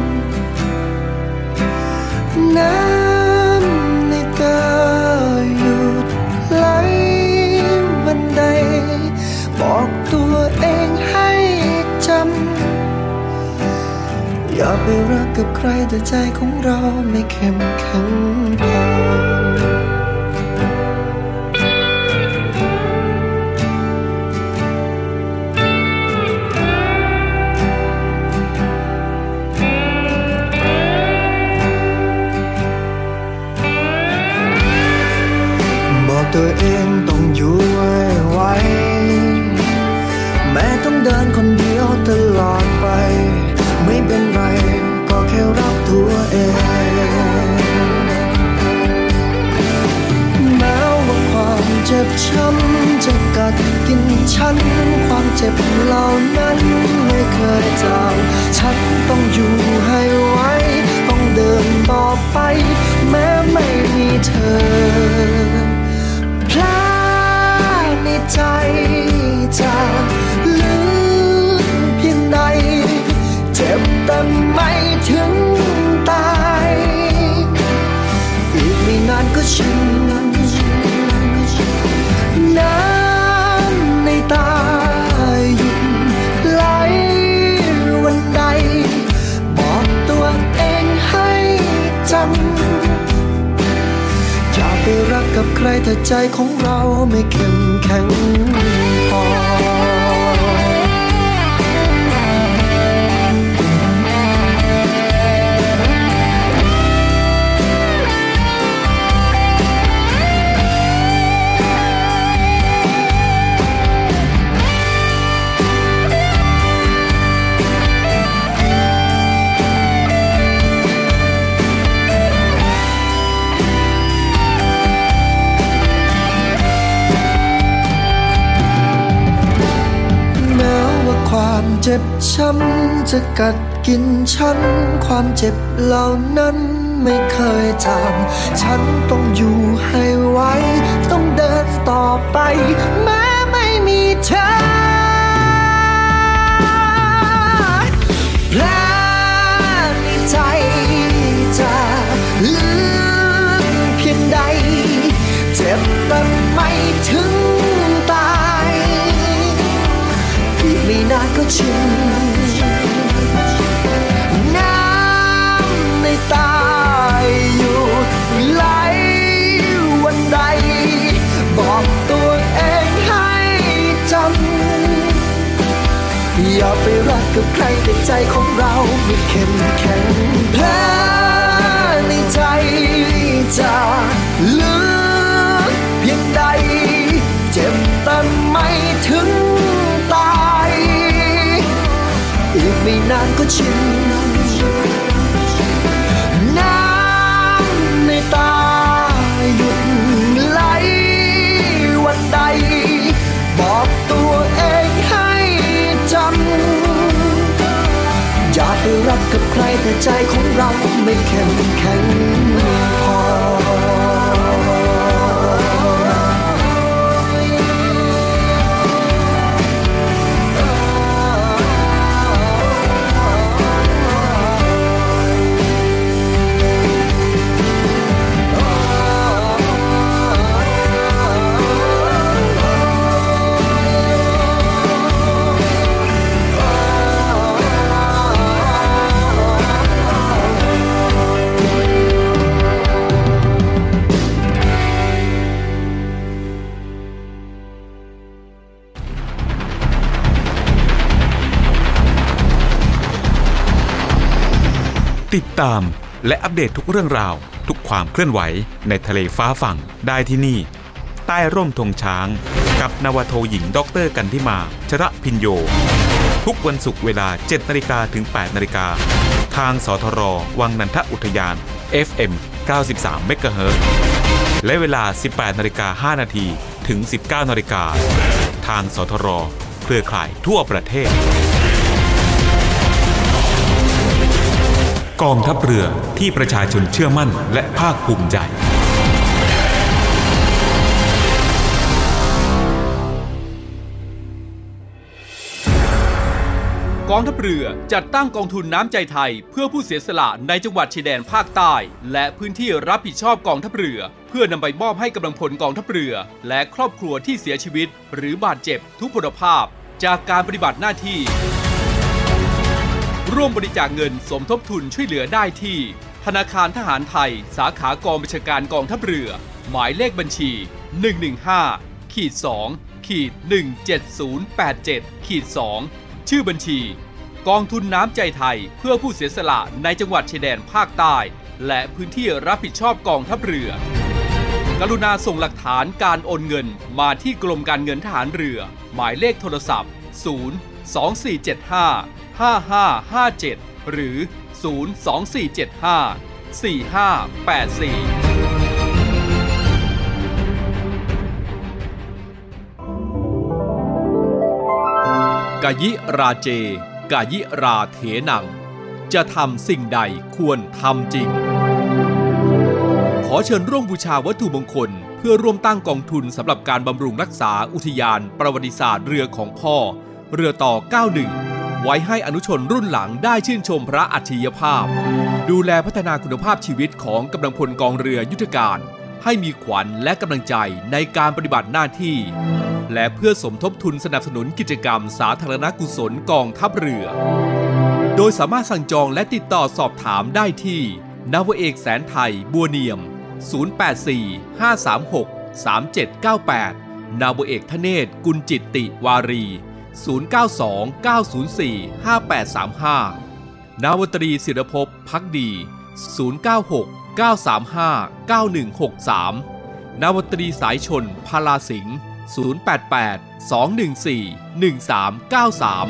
S6: น้ำในตาหยุดไหลวันใดบอกตัวเองให้จำอย่าไปรักกับใครแต่ใจของเราไม่เข้มแข็งพอตัวเองต้องอยู่ไว้แม้ต้องเดินคนเดียวตลอดไปไม่เป็นไรก็แค่รักตัวเองแม้ว่าความเจ็บช้ำจะกัดกินฉันความเจ็บเหล่านั้นไม่เคยจางฉันต้องอยู่ให้ไหวต้องเดินต่อไปแม้ไม่มีเธอแผลในใจจะลึกเพียงใดเจ็บแต่ไม่ถึงตายอีกไม่นานก็ชินน้ำในตาหยุดไหลวันใดบอกตัวเองให้จำอย่าไปรักกับใครถ้าใจของเราไม่เข้มแข็งพอความเจ็บช้ำจะกัดกินฉันความเจ็บเหล่านั้นไม่เคยจางฉันต้องอยู่ให้ไหวต้องเดินต่อไปแม้ไม่มีเธอแผลในใจจะลึกเพียงใดเจ็บแต่ไม่ถึงตายไม่นานก็ชินน้ำในตาหยุดไหลวันใดบอกตัวเองให้จำอย่าไปรักกับใครแต่ใจของเราไม่เข้มแข็งแพ้ในใจจะลึกเพียงใดเจ็บแต่ไม่ถึงตายอีกไม่นานก็ชินน้ำในตาหยุดไหลวันใดบอกตัวเองให้จำอย่าไปรักกับใครแต่ใจของเราไม่เข้มแข็งพอ
S2: ติดตามและอัปเดตทุกเรื่องราวทุกความเคลื่อนไหวในทะเลฟ้าฝั่งได้ที่นี่ใต้ร่มธงช้างกับนาวาโทหญิงดร.กันธิมาชระพิญโยทุกวันศุกร์เวลา เจ็ดนาฬิกา ถึง แปดนาฬิกาทางสทรวังนันทอุทยาน เอฟ เอ็ม เก้าสิบสาม เมกะเฮิรตซ์และเวลา สิบแปดนาฬิกาห้านาที ถึง สิบเก้านาฬิกาทางสทรเครือข่ายทั่วประเทศกองทัพเรือที่ประชาชนเชื่อมั่นและภาคภูมิใจ
S1: กองทัพเรือจัดตั้งกองทุนน้ำใจไทยเพื่อผู้เสียสละในจังหวัดชายแดนภาคใต้และพื้นที่รับผิดชอบกองทัพเรือเพื่อนำไปมอบให้กำลังพลกองทัพเรือและครอบครัวที่เสียชีวิตหรือบาดเจ็บทุกพลภาพจากการปฏิบัติหน้าที่ร่วมบริจาคเงินสมทบทุนช่วยเหลือได้ที่ธนาคารทหารไทยสาขากองบัญชาการกองทัพเรือหมายเลขบัญชี หนึ่ง หนึ่ง ห้า สอง หนึ่ง เจ็ด ศูนย์ แปด เจ็ด สอง ชื่อบัญชีกองทุนน้ำใจไทยเพื่อผู้เสียสละในจังหวัดชายแดนภาคใต้และพื้นที่รับผิดชอบกองทัพเรือกรุณาส่งหลักฐานการโอนเงินมาที่กรมการเงินทหารเรือหมายเลขโทรศัพท์ ศูนย์ สอง สี่ เจ็ด ห้า ห้า ห้า ห้า เจ็ด หรือ ศูนย์ สอง สี่ เจ็ด ห้า สี่ ห้า แปด สี่ กายิราเจกายิราเถนังจะทำสิ่งใดควรทำจริงขอเชิญร่วมบูชาวัตถุมงคลเพื่อร่วมตั้งกองทุนสำหรับการบำรุงรักษาอุทยานประวัติศาสตร์เรือของพ่อเรือต่อเก้าสิบเอ็ดไว้ให้อนุชนรุ่นหลังได้ชื่นชมพระอัจฉริยภาพดูแลพัฒนาคุณภาพชีวิตของกำลังพลกองเรือยุทธการให้มีขวัญและกำลังใจในการปฏิบัติหน้าที่และเพื่อสมทบทุนสนับสนุนกิจกรรมสาธารณกุศลกองทัพเรือโดยสามารถสั่งจองและติดต่อสอบถามได้ที่นาวาเอกแสนไทยบัวเนียมศูนย์ แปด สี่ ห้า สาม หก สาม เจ็ด เก้า แปดนาวาเอกธเนศกุลจิตติวารีศูนย์ เก้า สอง เก้า ศูนย์ สี่ ห้า แปด สาม ห้านาวตรีศิรภพภักดีศูนย์ เก้า หก เก้า สาม ห้า เก้า หนึ่ง หก สามนาวตรีสายชนพาลาสิงห์ศูนย์ แปด แปด สอง หนึ่ง สี่ หนึ่ง สาม เก้า สาม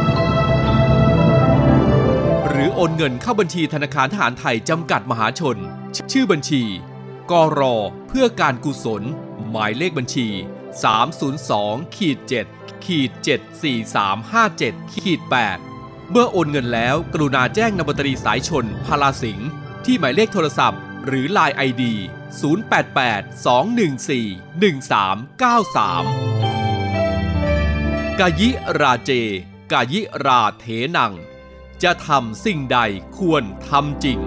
S1: หรือโอนเงินเข้าบัญชีธนาคารทหารไทยจำกัดมหาชนชื่อบัญชีกรเพื่อการกุศลหมายเลขบัญชี สาม ศูนย์ สอง เจ็ด เจ็ด สี่ สาม ห้า เจ็ด แปด เมื่อโอนเงินแล้วกรุณาแจ้งนาวตรีสายชนพาลาสิงห์ที่หมายเลขโทรศัพท์หรือ ไลน์ ไอ ดี ศูนย์ แปด แปด สอง หนึ่ง สี่ หนึ่ง สาม เก้า สามกายิราเจกายิราเถนังจะทำสิ่งใดควรทำจริง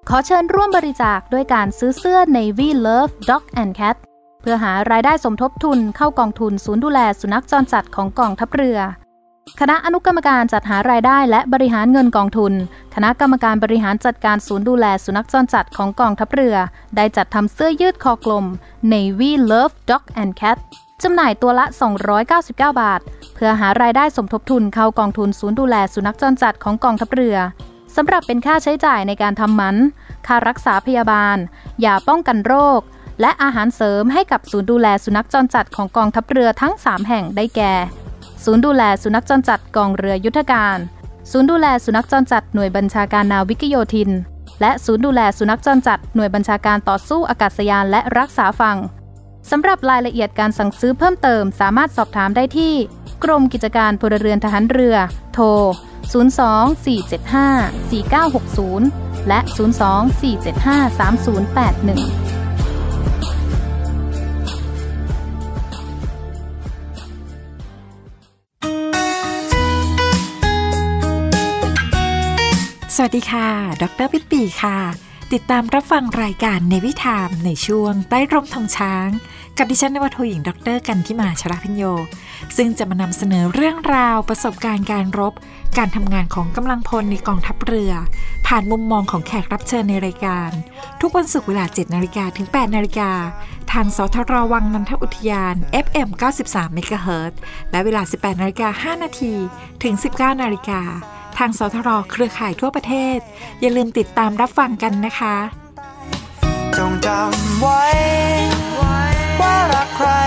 S7: ขอเชิญร่วมบริจาคด้วยการซื้อเสื้อ Navy Love Dog and Cat เพื่อหารายได้สมทบทุนเข้ากองทุนศูนย์ดูแลสุนัขจรจัดของกองทัพเรือคณะอนุกรรมการจัดหารายได้และบริหารเงินกองทุนคณะกรรมการบริหารจัดการศูนย์ดูแลสุนัขจรจัดของกองทัพเรือได้จัดทำเสื้อยืดคอกลม Navy Love Dog and Cat จำหน่ายตัวละสองร้อยเก้าสิบเก้าบาทเพื่อหารายได้สมทบทุนเข้ากองทุนศูนย์ดูแลสุนัขจรจัดของกองทัพเรือสำหรับเป็นค่าใช้จ่ายในการทำหมันค่ารักษาพยาบาลยาป้องกันโรคและอาหารเสริมให้กับศูนย์ดูแลสุนัขจรจัดของกองทัพเรือทั้งสามแห่งได้แก่ศูนย์ดูแลสุนัขจรจัดกองเรือยุทธการศูนย์ดูแลสุนัขจรจัดหน่วยบัญชาการนาวิกโยธินและศูนย์ดูแลสุนัขจรจัดหน่วยบัญชาการต่อสู้อากาศยานและรักษาฝั่งสำหรับรายละเอียดการสั่งซื้อเพิ่มเติมสามารถสอบถามได้ที่กรมกิจการพลเรือนทหารเรือโทรศูนย์ สอง สี่ เจ็ด ห้า สี่ เก้า หก ศูนย์และศูนย์ สอง สี่ เจ็ด ห้า สาม ศูนย์ แปด หนึ่ง
S3: สวัสดีค่ะดร.ปิ๊ปปี้ค่ะติดตามรับฟังรายการในวิถามในช่วงใต้ร่มธงช้างกับดิฉันนวโทหญิงดร.กันทิมาชลพิญโยซึ่งจะมานำเสนอเรื่องราวประสบการณ์การรบการทำงานของกำลังพลในกองทัพเรือผ่านมุมมองของแขกรับเชิญในรายการทุกวันศุกร์เวลา เจ็ดนาฬิกา ถึง แปดนาฬิกาทางสทรวังนันทอุทยาน เอฟ เอ็ม เก้าสิบสาม เมกะเฮิรตซ์และเวลา สิบแปดนาฬิกาห้านาทีถึง สิบเก้านาฬิกาทางสทรเครือข่ายทั่วประเทศอย่าลืมติดตามรับฟังกันนะคะ
S6: จงจำไว้ว่ารักใคร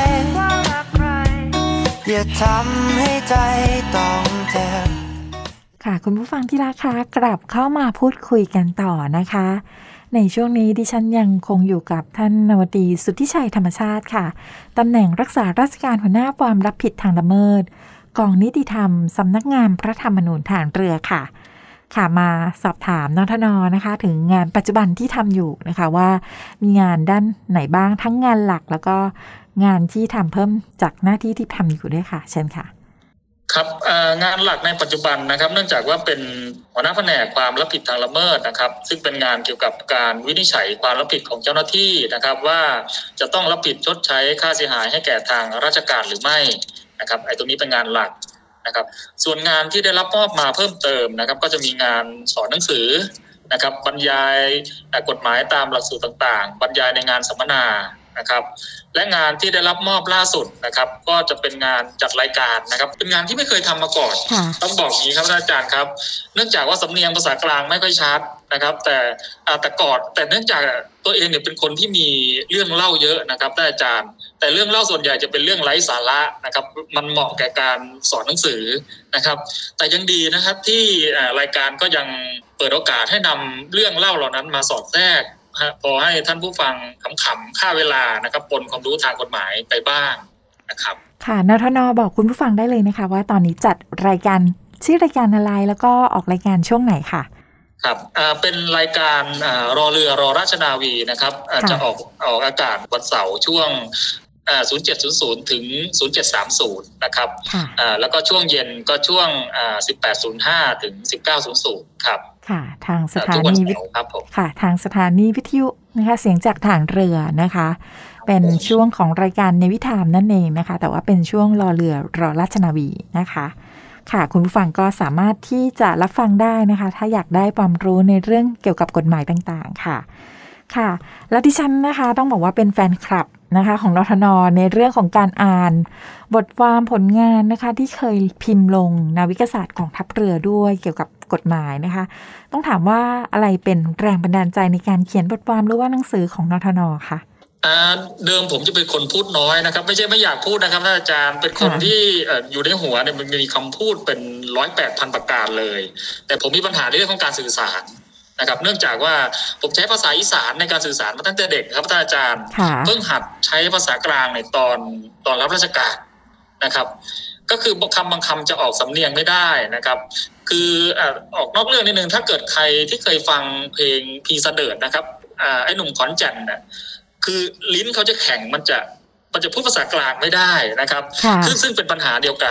S6: อย่าทำให้ใจต้องเจ็บ
S3: ค่ะคุณผู้ฟังที่รักคะกลับเข้ามาพูดคุยกันต่อนะคะในช่วงนี้ดิฉันยังคงอยู่กับท่านนวตรีสุทธิชัยธรรมชาติค่ะตำแหน่งรักษาราชการหัวหน้าความรับผิดทางละเมิดกองนิติธรรมสำนักงานพระธรรมนูญทหารเรือค่ะค่ะมาสอบถามนทนนะคะถึงงานปัจจุบันที่ทำอยู่นะคะว่ามีงานด้านไหนบ้างทั้งงานหลักแล้วก็งานที่ทำเพิ่มจากหน้าที่ที่ทำอยู่ด้วยค่ะเชิญค่ะ
S5: ครับงานหลักในปัจจุบันนะครับเนื่องจากว่าเป็นหัวหน้าแผนกความรับผิดทางละเมิดนะครับซึ่งเป็นงานเกี่ยวกับการวินิจฉัยความรับผิดของเจ้าหน้าที่นะครับว่าจะต้องรับผิดชดใช้ค่าเสียหายให้แก่ทางราชการหรือไม่นะครับไอ้ตรงนี้เป็นงานหลักนะครับส่วนงานที่ได้รับมอบมาเพิ่มเติมนะครับก็จะมีงานสอนหนังสือนะครับบรรยายกฎหมายตามหลักสูตรต่างๆบรรยายในงานสัมมนานะครับและงานที่ได้รับมอบล่าสุดนะครับก็จะเป็นงานจัดรายการนะครับเป็นงานที่ไม่เคยทำมาก่อนต้องบอกอย่างนี้ครับอาจารย์ครับเนื่องจากว่าสำเนียงภาษากลางไม่ค่อยชัดนะครับแต่แต่ก่อนแต่เนื่องจากตัวเองเนี่ยเป็นคนที่มีเรื่องเล่าเยอะนะครับอาจารย์แต่เรื่องเล่าส่วนใหญ่จะเป็นเรื่องไร้สาระนะครับมันเหมาะแก่การสอนหนังสือนะครับแต่ยังดีนะครับที่รายการก็ยังเปิดโอกาสให้นำเรื่องเล่าเหล่านั้นมาสอดแทรกพอให้ท่านผู้ฟังขำๆฆ่าเวลานะครับปนความรู้ทางกฎหมายไปบ้างนะครับ
S3: ค่ะนทน.บอกคุณผู้ฟังได้เลยนะคะว่าตอนนี้จัดรายการชื่อรายการอะไรแล้วก็ออกรายการช่วงไหนค่ะ
S5: ครับเป็นรายการรอเรือรอราชนาวีนะครับจะออกออกอากาศวันเสาร์ช่วงศูนย์ เจ็ด ศูนย์ ศูนย์ ถึง ศูนย์ เจ็ด สาม ศูนย์ นะครับแล้วก็ช่วงเย็นก็ช่วงสิบแปด ศูนย์ ห้า ถึง สิบเก้า ศูนย์ ศูนย์ ครับ
S3: ค่ะทางสถานีวิทยุค่ะทางสถานีวิทยุนะคะเสียงจากทหารเรือนะคะเป็นช่วงของรายการในวิถามนั่นเองนะคะแต่ว่าเป็นช่วงรอเรือรอราชนาวีนะคะค่ะคุณผู้ฟังก็สามารถที่จะรับฟังได้นะคะถ้าอยากได้ความรู้ในเรื่องเกี่ยวกับกฎหมายต่างๆค่ะค่ะแล้วดิฉันนะคะต้องบอกว่าเป็นแฟนคลับนะคะของนทน.ในเรื่องของการอ่านบทความผลงานนะคะที่เคยพิมพ์ลงนาวิกศาสตร์ของทัพเรือด้วยเกี่ยวกับกฎหมายนะคะต้องถามว่าอะไรเป็นแรงบันดาลใจในการเขียนบทความหรือว่าหนังสือของนทน.คะ
S5: เดิมผมจะเป็นคนพูดน้อยนะครับไม่ใช่ไม่อยากพูดนะครับท่านอาจารย์เป็นคนที่อยู่ในหัวเนี่ยมันมีคำพูดเป็นร้อยแปดพันประการเลยแต่ผมมีปัญหาในเรื่องของการสื่อสารนะครับเนื่องจากว่าผมใช้ภาษาอีสานในการสื่อสารมาตั้งแต่เด็กครับท่านอาจารย์เพิ่งหัดใช้ภาษากลางในตอนตอนรับราชการนะครับก็คือคำบางคำจะออกสำเนียงไม่ได้นะครับคือออกนอกเรื่องนิดนึงถ้าเกิดใครที่เคยฟังเพลงพีเสดิร์ดนะครับไอ้หนุ่มขอนแก่นนะคือลิ้นเขาจะแข็งมันจะมันจะพูดภาษากลางไม่ได้นะครับซึ่งซึ่งเป็นปัญหาเดียวกัน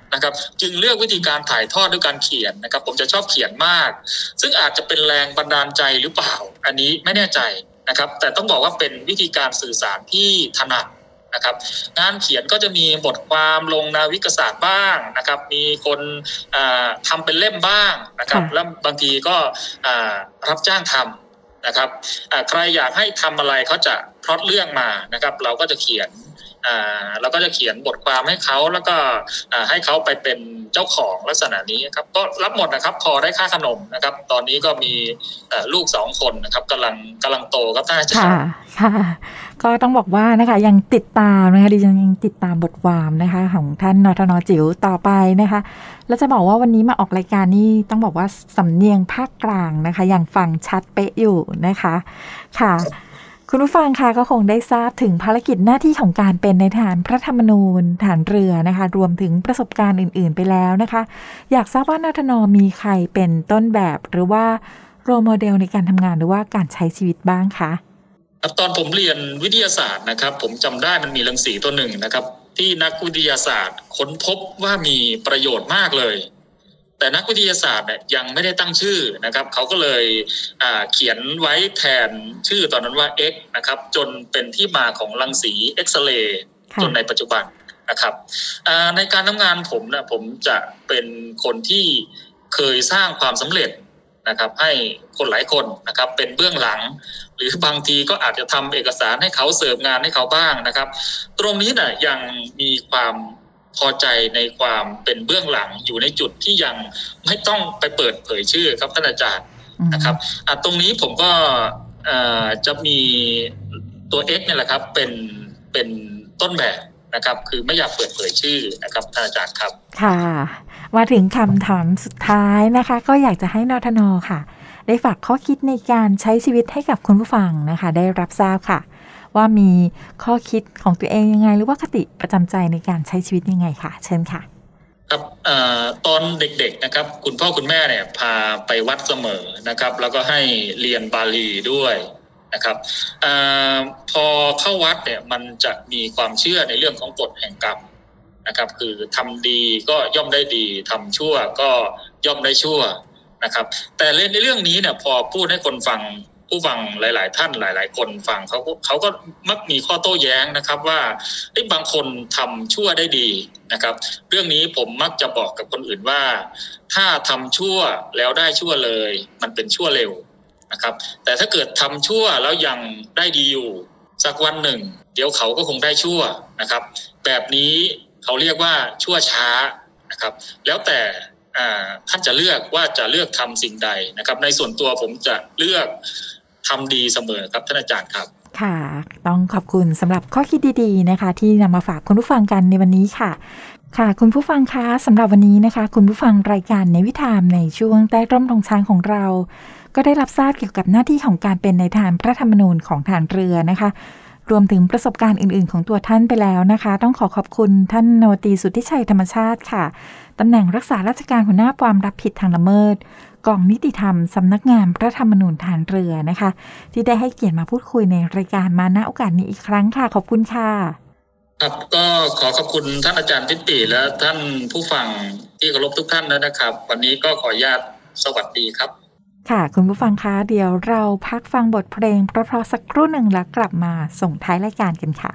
S5: นะครับจึงเลือกวิธีการถ่ายทอดด้วยการเขียนนะครับผมจะชอบเขียนมากซึ่งอาจจะเป็นแรงบันดาลใจหรือเปล่าอันนี้ไม่แน่ใจนะครับแต่ต้องบอกว่าเป็นวิธีการสื่อสารที่ถนัดนะครับงานเขียนก็จะมีบทความลงนาวิกศาสตร์บ้างนะครับมีคนทำเป็นเล่มบ้างนะครับแล้วบางทีก็รับจ้างทำนะครับใครอยากให้ทำอะไรเขาจะพล็อตเรื่องมานะครับเราก็จะเขียนเราก็จะเขียนบทความให้เขาแล้วก็ให้เขาไปเป็นเจ้าของลักษณะนี้ครับก็รับหมดนะครับพอได้ค่าขนมนะครับตอนนี้ก็มีลูกสองคนนะครับกำลังกำลังโตครับท่านอาจารย์ค่ะ
S3: ค่ะก็ต้องบอกว่านะคะยังติดตามนะคะดิฉันยังติดตามบทความนะคะของท่านนทน.จิ๋วต่อไปนะคะแล้วจะบอกว่าวันนี้มาออกรายการนี่ต้องบอกว่าสำเนียงภาคกลางนะคะยังฟังชัดเป๊ะอยู่นะคะค่ะคุณผู้ฟังค่ะก็คงได้ทราบถึงภารกิจหน้าที่ของการเป็นในทหารพระธรรมนูญทหารเรือนะคะรวมถึงประสบการณ์อื่นๆไปแล้วนะคะอยากทราบว่านทน.มีใครเป็นต้นแบบหรือว่าโรลโมเดลในการทำงานหรือว่าการใช้ชีวิตบ้างคะ
S5: ตอนผมเรียนวิทยาศาสตร์นะครับผมจำได้มันมีรังสีตัวหนึ่งนะครับที่นักวิทยาศาสตร์ค้นพบว่ามีประโยชน์มากเลยแต่นักวิทยาศาสตร์เนี่ยยังไม่ได้ตั้งชื่อนะครับเขาก็เลยเขียนไว้แทนชื่อตอนนั้นว่า X นะครับจนเป็นที่มาของรังสีเอ็กซเรย์จนในปัจจุบันนะครับในการทำงานผมนะผมจะเป็นคนที่เคยสร้างความสำเร็จนะครับให้คนหลายคนนะครับเป็นเบื้องหลังหรือบางทีก็อาจจะทำเอกสารให้เขาเสิร์ฟงานให้เขาบ้างนะครับตรงนี้นะยังมีความพอใจในความเป็นเบื้องหลังอยู่ในจุดที่ยังไม่ต้องไปเปิดเผยชื่อครับท่านอาจารย์นะครับตรงนี้ผมก็จะมีตัว X เนี่ยแหละครับเป็นเป็นต้นแบบนะครับคือไม่อยากเปิดเผยชื่อนะครับท่านอาจารย์ครับ
S3: ค่ะมาถึงคำถามสุดท้ายนะคะก็อยากจะให้นทน.ค่ะได้ฝากข้อคิดในการใช้ชีวิตให้กับคุณผู้ฟังนะคะได้รับทราบค่ะว่ามีข้อคิดของตัวเองยังไงหรือว่าคติประจำใจในการใช้ชีวิตยังไงค่ะเชิญค่ะ
S5: ครับตอนเด็กๆนะครับคุณพ่อคุณแม่เนี่ยพาไปวัดเสมอนะครับแล้วก็ให้เรียนบาลีด้วยนะครับอพอเข้าวัดเนี่ยมันจะมีความเชื่อในเรื่องของกฎแห่งกรรมนะครับคือทำดีก็ย่อมได้ดีทำชั่วก็ย่อมได้ชั่วนะครับแต่ในเรื่องนี้เนี่ยพอพูดให้คนฟังผู้ฟังหลายๆท่านหลายๆคนฟังเขาเขาก็มักมีข้อโต้แย้งนะครับว่าบางคนทำชั่วได้ดีนะครับเรื่องนี้ผมมักจะบอกกับคนอื่นว่าถ้าทำชั่วแล้วได้ชั่วเลยมันเป็นชั่วเร็วนะครับแต่ถ้าเกิดทำชั่วแล้วยังได้ดีอยู่สักวันหนึ่งเดี๋ยวเขาก็คงได้ชั่วนะครับแบบนี้เขาเรียกว่าชั่วช้านะครับแล้วแต่ท่านจะเลือกว่าจะเลือกทำสิ่งใดนะครับในส่วนตัวผมจะเลือกทำดีเสมอครับท่านอาจารย์ครับ
S3: ค่ะต้องขอบคุณสำหรับข้อคิดดีๆนะคะที่นำมาฝากคุณผู้ฟังกันในวันนี้ค่ะค่ะคุณผู้ฟังคะสำหรับวันนี้นะคะคุณผู้ฟังรายการในวิถีในช่วงใต้ร่มธงช้างของเราก็ได้รับทราบเกี่ยวกับหน้าที่ของการเป็นนายทหารพระธรรมนูญของทหารเรือนะคะรวมถึงประสบการณ์อื่นๆของตัวท่านไปแล้วนะคะต้องขอขอบคุณท่านนวตีสุทธิชัยธรรมชาติค่ะตำแหน่งรักษาราชการหัวหน้าความรับผิดทางละเมิดกองนิติธรรมสำนักงานพระธรรมนูญทหารเรือนะคะที่ได้ให้เกียรติมาพูดคุยในรายการมาณโอกาสนี้อีกครั้งค่ะขอบคุณค่ะ
S5: ครับก็ขอขอบคุณท่านอาจารย์ทิติและท่านผู้ฟังที่เคารพทุกท่านนะครับวันนี้ก็ขออนุญาตสวัสดีครับ
S3: ค่ะคุณผู้ฟังคะเดี๋ยวเราพักฟังบทเพลงเพราะๆสักครู่หนึ่งแล้วกลับมาส่งท้ายรายการกันค่ะ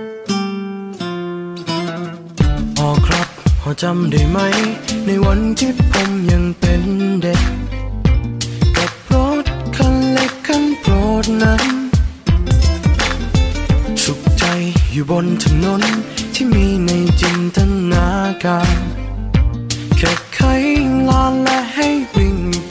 S8: พอครับพอจำได้ไหมในวันที่ผมยังเป็นเด็กกับรถคันเล็กคันโปรดนั้นสุขใจอยู่บนถนนที่มีในจินตนาการแค่ไขลานและให้วิ่งไป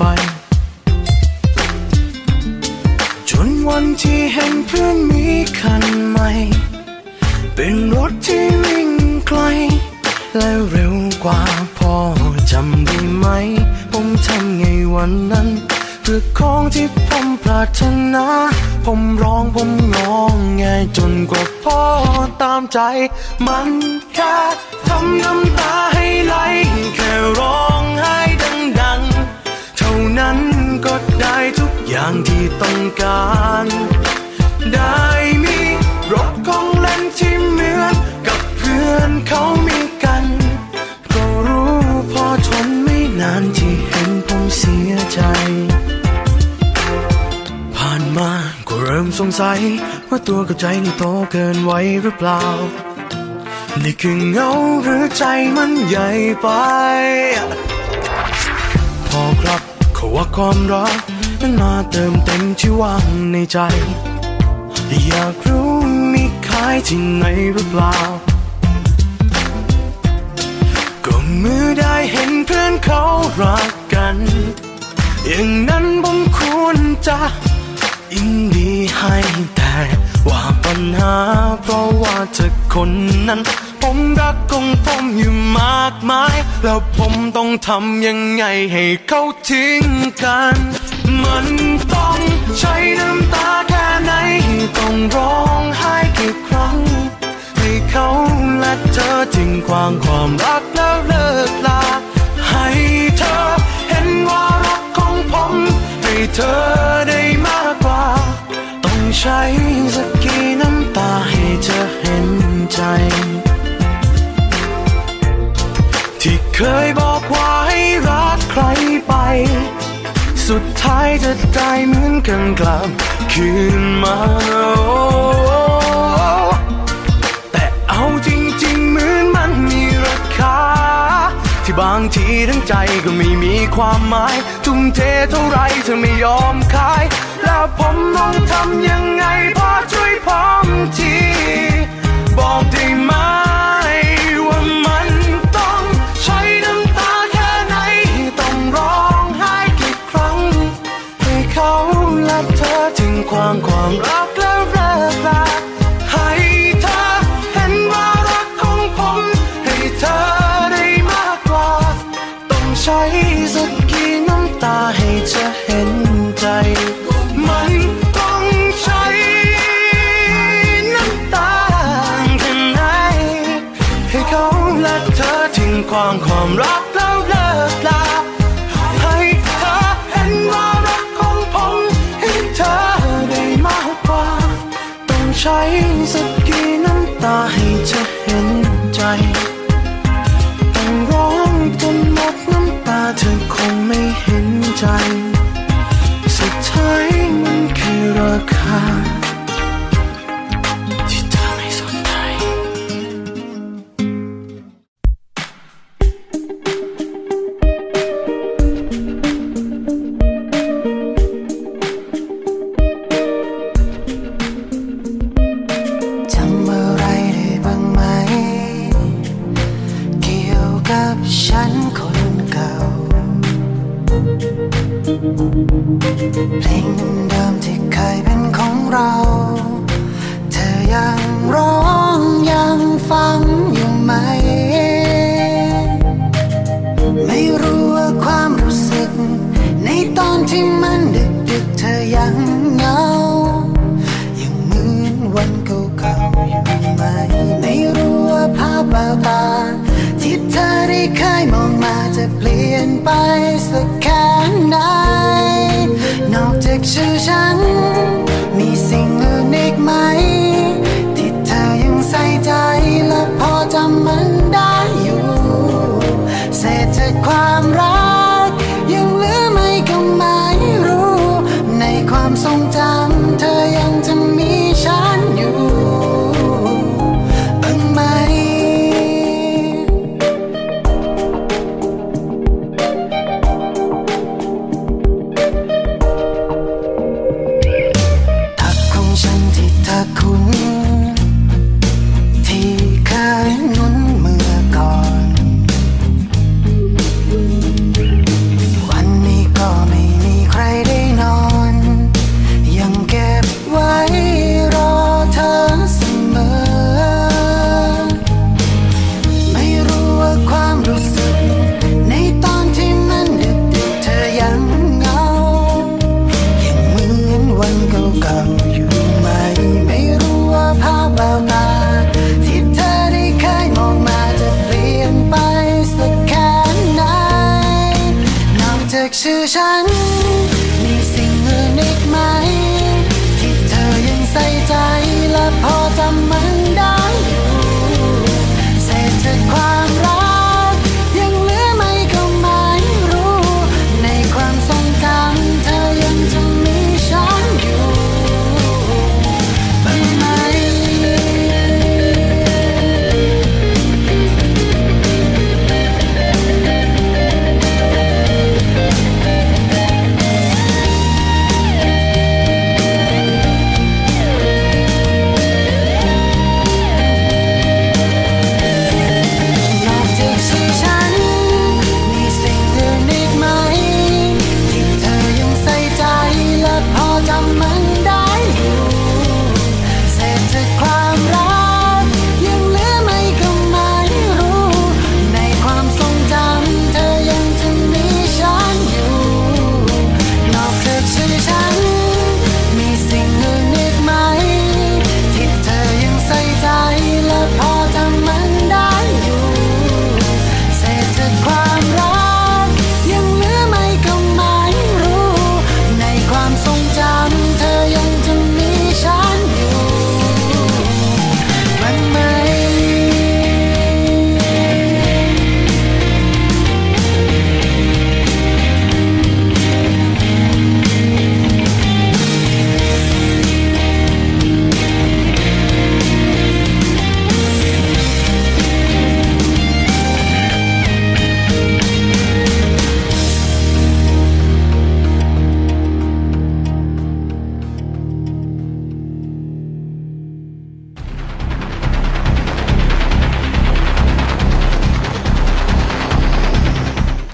S8: จนวันที่เห็นเพื่อนมีคันใหม่เป็นรถที่วิ่งไกลและเร็วกว่าพอจำได้ไหมผมทำไงวันนั้นเพื่อของที่ผมปรารถนาผมร้องผมงองแงจนกว่าพ่อตามใจมันแค่ทำน้ำตาให้ไหลแค่ร้องไห้ดังๆเท่านั้นก็ได้ทุกอย่างที่ต้องการได้มีรถของเล่นที่เหมือนกับเพื่อนเขามีกันก็รู้สัยว่าตัวกับใจนี่โตเกินไว้หรือเปล่านี่คือเงาหรือใจมันใหญ่ไปพอครับเขาว่าความรักนั้นมาเติมเต็มที่ว่างในใจอยากรู้มีขายที่ไหนหรือเปล่าก็เมื่อได้เห็นเพื่อนเขารักกันอย่างนั้นผมควรจะยินดีให้แต่ว่าปัญหาเพราะว่าเธอคนนั้นผมรักของผมอยู่มากมายแล้วผมต้องทำยังไงให้เขาทิ้งกันมันต้องใช้น้ำตาแค่ไหนต้องร้องไห้กี่ครั้งให้เขาและเธอทิ้งความความรักแล้วเลิกลาให้เธอเห็นว่ารักของผมให้เธอได้มากกว่าต้องใช้สักกี่น้ำตาให้เธอเห็นใจที่เคยบอกว่าให้รักใครไปสุดท้ายจะได้เหมือนกันกลับคืนมาแต่เอาจริงๆเหมือนมันมีราคาที่บางทีทั้งใจก็ไม่มีความหมายทุ่มเทเท่าไรเธอไม่ยอมขายแล้วผมต้องทำยังไงพอช่วยผมทีบอกได้ไหมว่ามันต้องใช้น้ำตาแค่ไหนต้องร้องไห้กี่ครั้งให้เขาและเธอถึงความความรักแล้วเลิกลาให้เธอเห็นว่ารักของผมให้เธอได้มากกว่าต้องใช้สักกี่น้ำตาให้เธอเห็นใจมันต้องใช้น้ำตาแค่ไหนให้เขาและเธอทิ้งความความรักแล้วเลิกลาให้เธอเห็นว่ารักของผมให้เธอได้มากกว่าต้องใช้สักกี่น้ำตาให้เธอเห็นใจต้องร้องจนหมดน้ำตาเธอคงไม่เห็นใจสุดท้ายมันคือราคาที่เธอไม่สนใจ
S6: จำอะไรได้บ้างไหมเกี่ยวกับฉันคนเก่าเพลงเดิมที่เคยเป็นของเราเธอยังร้องยังฟังอยู่ไหมไม่รู้ว่าความรู้สึกในตอนที่มันดึกๆเธอยังเหงายังเหมือนวันเก่าๆอยู่ไหมไม่รู้ว่าภาพแววตาที่เธอได้เคยมองมาจะเปลี่ยนไปสักแค่ไหนนอกจากชื่อฉันมีสิ่งอื่นอีกไหมที่เธอยังใส่ใจและพอจำมันได้อยู่เศษจากความรักยังเหลือไหมก็ไม่รู้ในความทรงจำเธอยังจะมีฉันอยู่บ้างไหมทักของฉันที่เธอคุ้น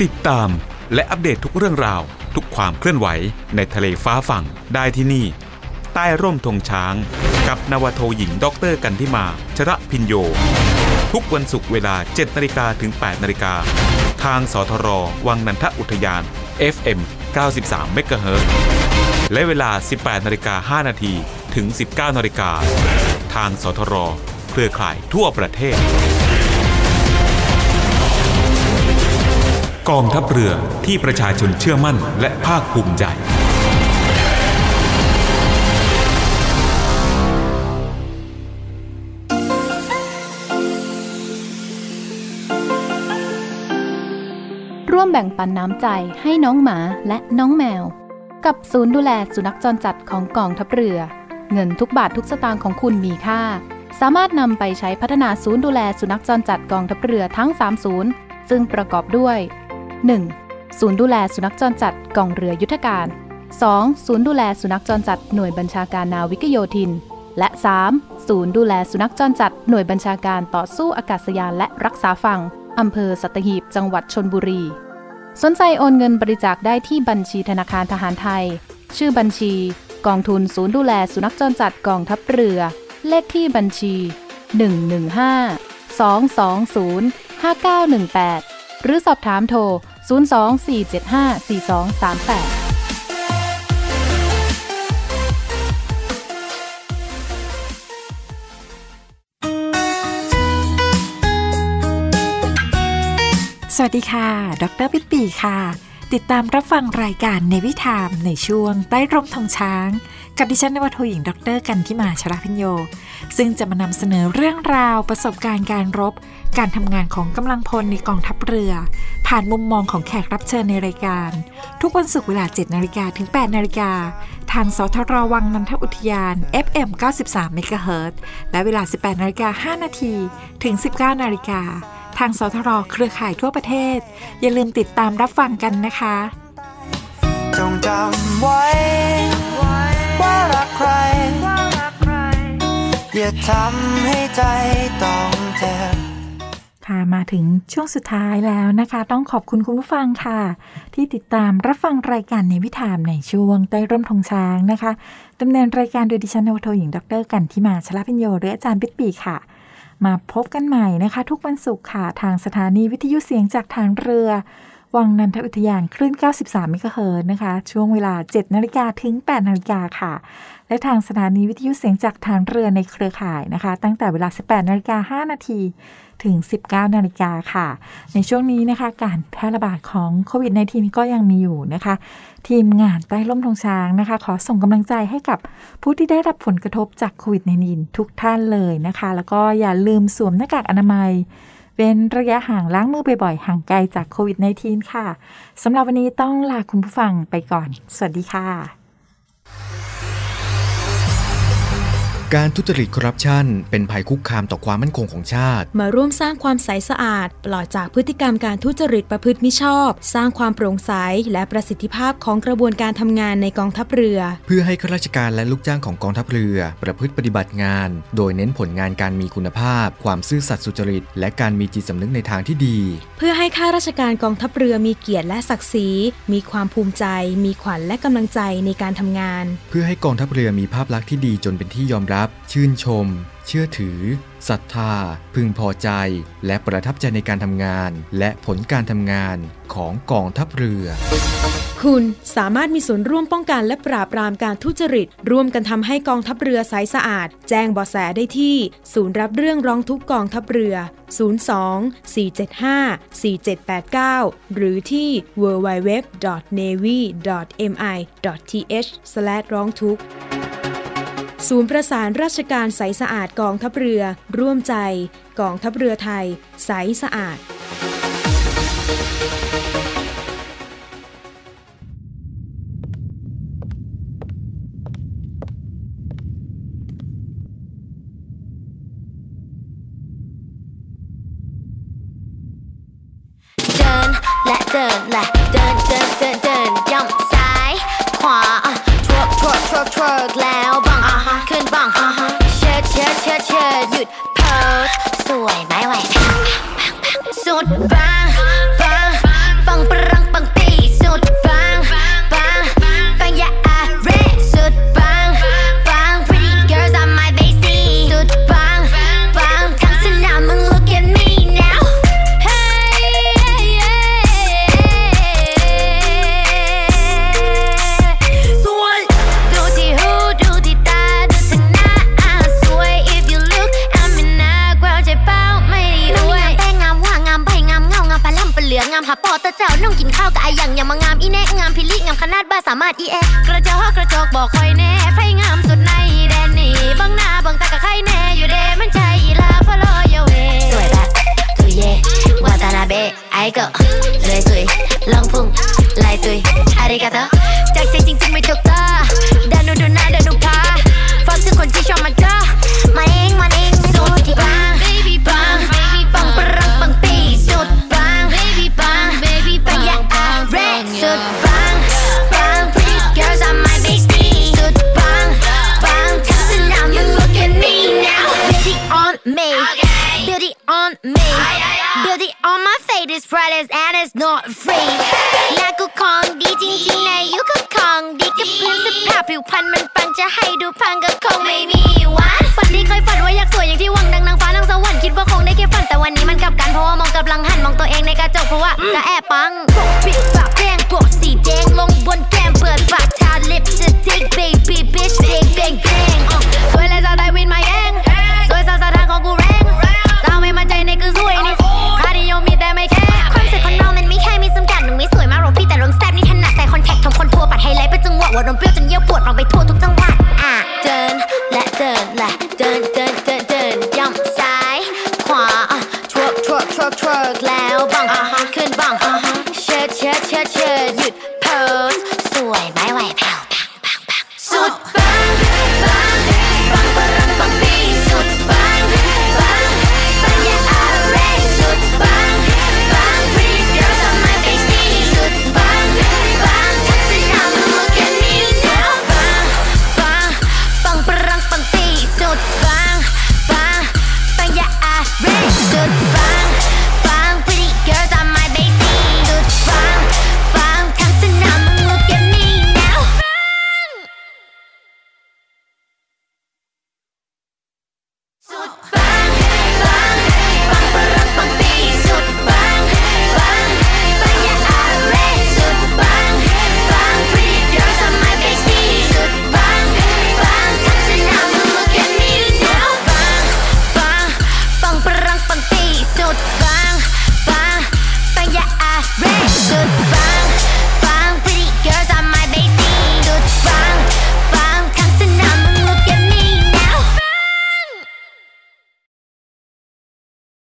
S2: ติดตามและอัปเดตทุกเรื่องราวทุกความเคลื่อนไหวในทะเลฟ้าฝั่งได้ที่นี่ใต้ร่มธงช้างกับนาวาโทหญิงดร.กันธิมาชระพิญโยทุกวันศุกร์เวลา เจ็ดนาฬิกา ถึง แปดนาฬิกา ทางสทรวังนันทอุทยาน เอฟ เอ็ม เก้าสิบสาม เมกะเฮิรตซ์และเวลา สิบแปดนาฬิกาห้านาที ถึง สิบเก้านาฬิกา ทางสทรเครือข่ายทั่วประเทศกองทัพเรือที่ประชาชนเชื่อมั่นและภาคภูมิใจ
S7: ร่วมแบ่งปันน้ำใจให้น้องหมาและน้องแมวกับศูนย์ดูแลสุนัขจรจัดของกองทัพเรือเงินทุกบาททุกสตางค์ของคุณมีค่าสามารถนำไปใช้พัฒนาศูนย์ดูแลสุนัขจรจัดกองทัพเรือทั้งสามศูนย์ซึ่งประกอบด้วย หนึ่ง. ศูนย์ดูแลสุนัขจรจัดกองเรือยุทธการ สอง. ศูนย์ดูแลสุนัขจรจัดหน่วยบัญชาการนาวิกโยธินและ สาม. ศูนย์ดูแลสุนัขจรจัดหน่วยบัญชาการต่อสู้อากาศยานและรักษาฝั่งอำเภอสัตหีบจังหวัดชลบุรีสนใจโอนเงินบริจาคได้ที่บัญชีธนาคารทหารไทยชื่อบัญชีกองทุนศูนย์ดูแลสุนัขจรจัดกองทัพเรือเลขที่บัญชีหนึ่ง หนึ่ง ห้า สอง สอง ศูนย์ ห้า เก้า หนึ่ง แปดหรือสอบถามโทรศูนย์ สอง สี่ เจ็ด ห้า สี่ สอง สาม แปด
S3: สวัสดีค่ะดร.ปิ๊ปปี้ค่ะติดตามรับฟังรายการในวิถามในช่วงใต้ร่มธงช้างกับดิฉันนวโทหญิงดร.กันธิมาชระพิญโยซึ่งจะมานำเสนอเรื่องราวประสบการณ์การรบการทำงานของกำลังพลในกองทัพเรือผ่านมุมมองของแขกรับเชิญในรายการทุกวันศุกร์เวลา เจ็ดนาฬิกา ถึง แปดนาฬิกาทางสทรวังนันทอุทยาน เอฟ เอ็ม เก้าสิบสาม เมกะเฮิรตซ์และเวลา สิบแปดนาฬิกาห้านาที ถึง สิบเก้านาฬิกาทางสทรเครือข่ายทั่วประเทศอย่าลืมติดตามรับฟังกันนะคะ
S8: จงจำไว้ว่ารักใครอย่าทำให้ใจต้องเจ็บ
S3: ค่ะมาถึงช่วงสุดท้ายแล้วนะคะต้องขอบคุณคุณผู้ฟังค่ะที่ติดตามรับฟังรายการในวิถามในช่วงใต้ร่มธงช้างนะคะดำเนินรายการโดยดิฉันนวโทหญิงดร.กันธิมาชลพิญโยหรืออาจารย์ปิ๊ปปี้ค่ะมาพบกันใหม่นะคะทุกวันศุกร์ค่ะทางสถานีวิทยุเสียงจากทางเรือวังนันทอุทยานคลื่นเก้าสิบสามเมกะเฮิรตซ์นะคะช่วงเวลา เจ็ดนาฬิกา ถึง แปดนาฬิกาค่ะและทางสถานีวิทยุเสียงจากทางเรือในเครือข่ายนะคะตั้งแต่เวลา สิบแปดนาฬิกาห้านาทีถึง สิบเก้านาฬิกาค่ะในช่วงนี้นะคะการแพร่ระบาดของโควิด สิบเก้า ก็ยังมีอยู่นะคะทีมงานใต้ร่มธงช้างนะคะขอส่งกำลังใจให้กับผู้ที่ได้รับผลกระทบจากโควิด สิบเก้า ทุกท่านเลยนะคะแล้วก็อย่าลืมสวมหน้ากากอนามัยเว้นระยะห่างล้างมือบ่อยๆห่างไกลจากโควิด สิบเก้า ค่ะสำหรับวันนี้ต้องลาคุณผู้ฟังไปก่อนสวัสดีค่ะ
S9: การทุจริตคอร์รัปชันเป็นภัยคุกคามต่อความมั่นคงของชาติ
S10: มาร่วมสร้างความใสสะอาดปลอดจากพฤติกรรมการทุจริตประพฤติมิชอบสร้างความโปร่งใสและประสิทธิภาพของกระบวนการทำงานในกองทัพเรือ
S9: เพื่อให้ข้าราชการและลูกจ้างของกองทัพเรือประพฤติปฏิบัติงานโดยเน้นผลงานการมีคุณภาพความซื่อสัตย์สุจริตและการมีจิตสำนึกในทางที่ดี
S10: เพื่อให้ข้าราชการกองทัพเรือมีเกียรติและศักดิ์ศรีมีความภูมิใจมีขวัญและกำลังใจในการทำงาน
S9: เพื่อให้กองทัพเรือมีภาพลักษณ์ที่ดีจนเป็นที่ยอมรับชื่นชมเชื่อถือศรัทธาพึงพอใจและประทับใจในการทำงานและผลการทำงานของกองทัพเรือ
S10: คุณสามารถมีส่วนร่วมป้องกันและปราบปรามการทุจริตร่วมกันทำให้กองทัพเรือใสสะอาดแจ้งเบาะแสได้ที่ศูนย์รับเรื่องร้องทุกข์กองทัพเรือศูนย์ สอง สี่ เจ็ด ห้า สี่ เจ็ด แปด เก้าหรือที่ ดับเบิลยู ดับเบิลยู ดับเบิลยู ดอท เนวี ดอท เอ็ม ไอ ดอท ที เอช สแลช ร้องทุกข์ศูนย์ประสานราชการใสสะอาดกองทัพเรือร่วมใจกองทัพเรือไทยใสสะอาด
S11: และเดินและเดินเดินเดินเดินย่ำซ้ายขวาทวกทวกทวกทวกแล้วบังขึ้นบังเชิดเชิดเชิดเชิดหยุดโพสสวยไม่ไหวสุดบังบังบังปกินข้าวกับไอหยังอย่ามางามอีแน่งามพิลิงามขนาดบ้าสามารถอีแอกระจอกกระจกบอกคอยแน่ไฟงามสุดในแดนนี่บังหน้าบังตากับใครแน่อยู่เดมันใจอีลาฟอลโลยเวสวยแบบตุยเย่วาตานาเบะไอเกะเลยสุยลองพุ่งลายตุยอาริกาโตจากใจจริงๆไม่ถูกตาดานูดูหน้าดานูพาฟังถึงคนที่ชอบมาจ้ามาเองมาเองสุดที่ปัง baby ปัง baby ปังปรังปังปีสุดปัง baby ปัง baby ปังอย่าอาเรสุดปังปัง pretty girls are my bestie สุดปังปังทั้งสนามมึง look at me now beauty on me beauty on me beauty on my face is flawless and it's not free หน้ากูของดีจริงๆในยุคของดีกับเพื่อนสภาพผิวพรรณมันปังจะให้ดูพังก็คงไม่มี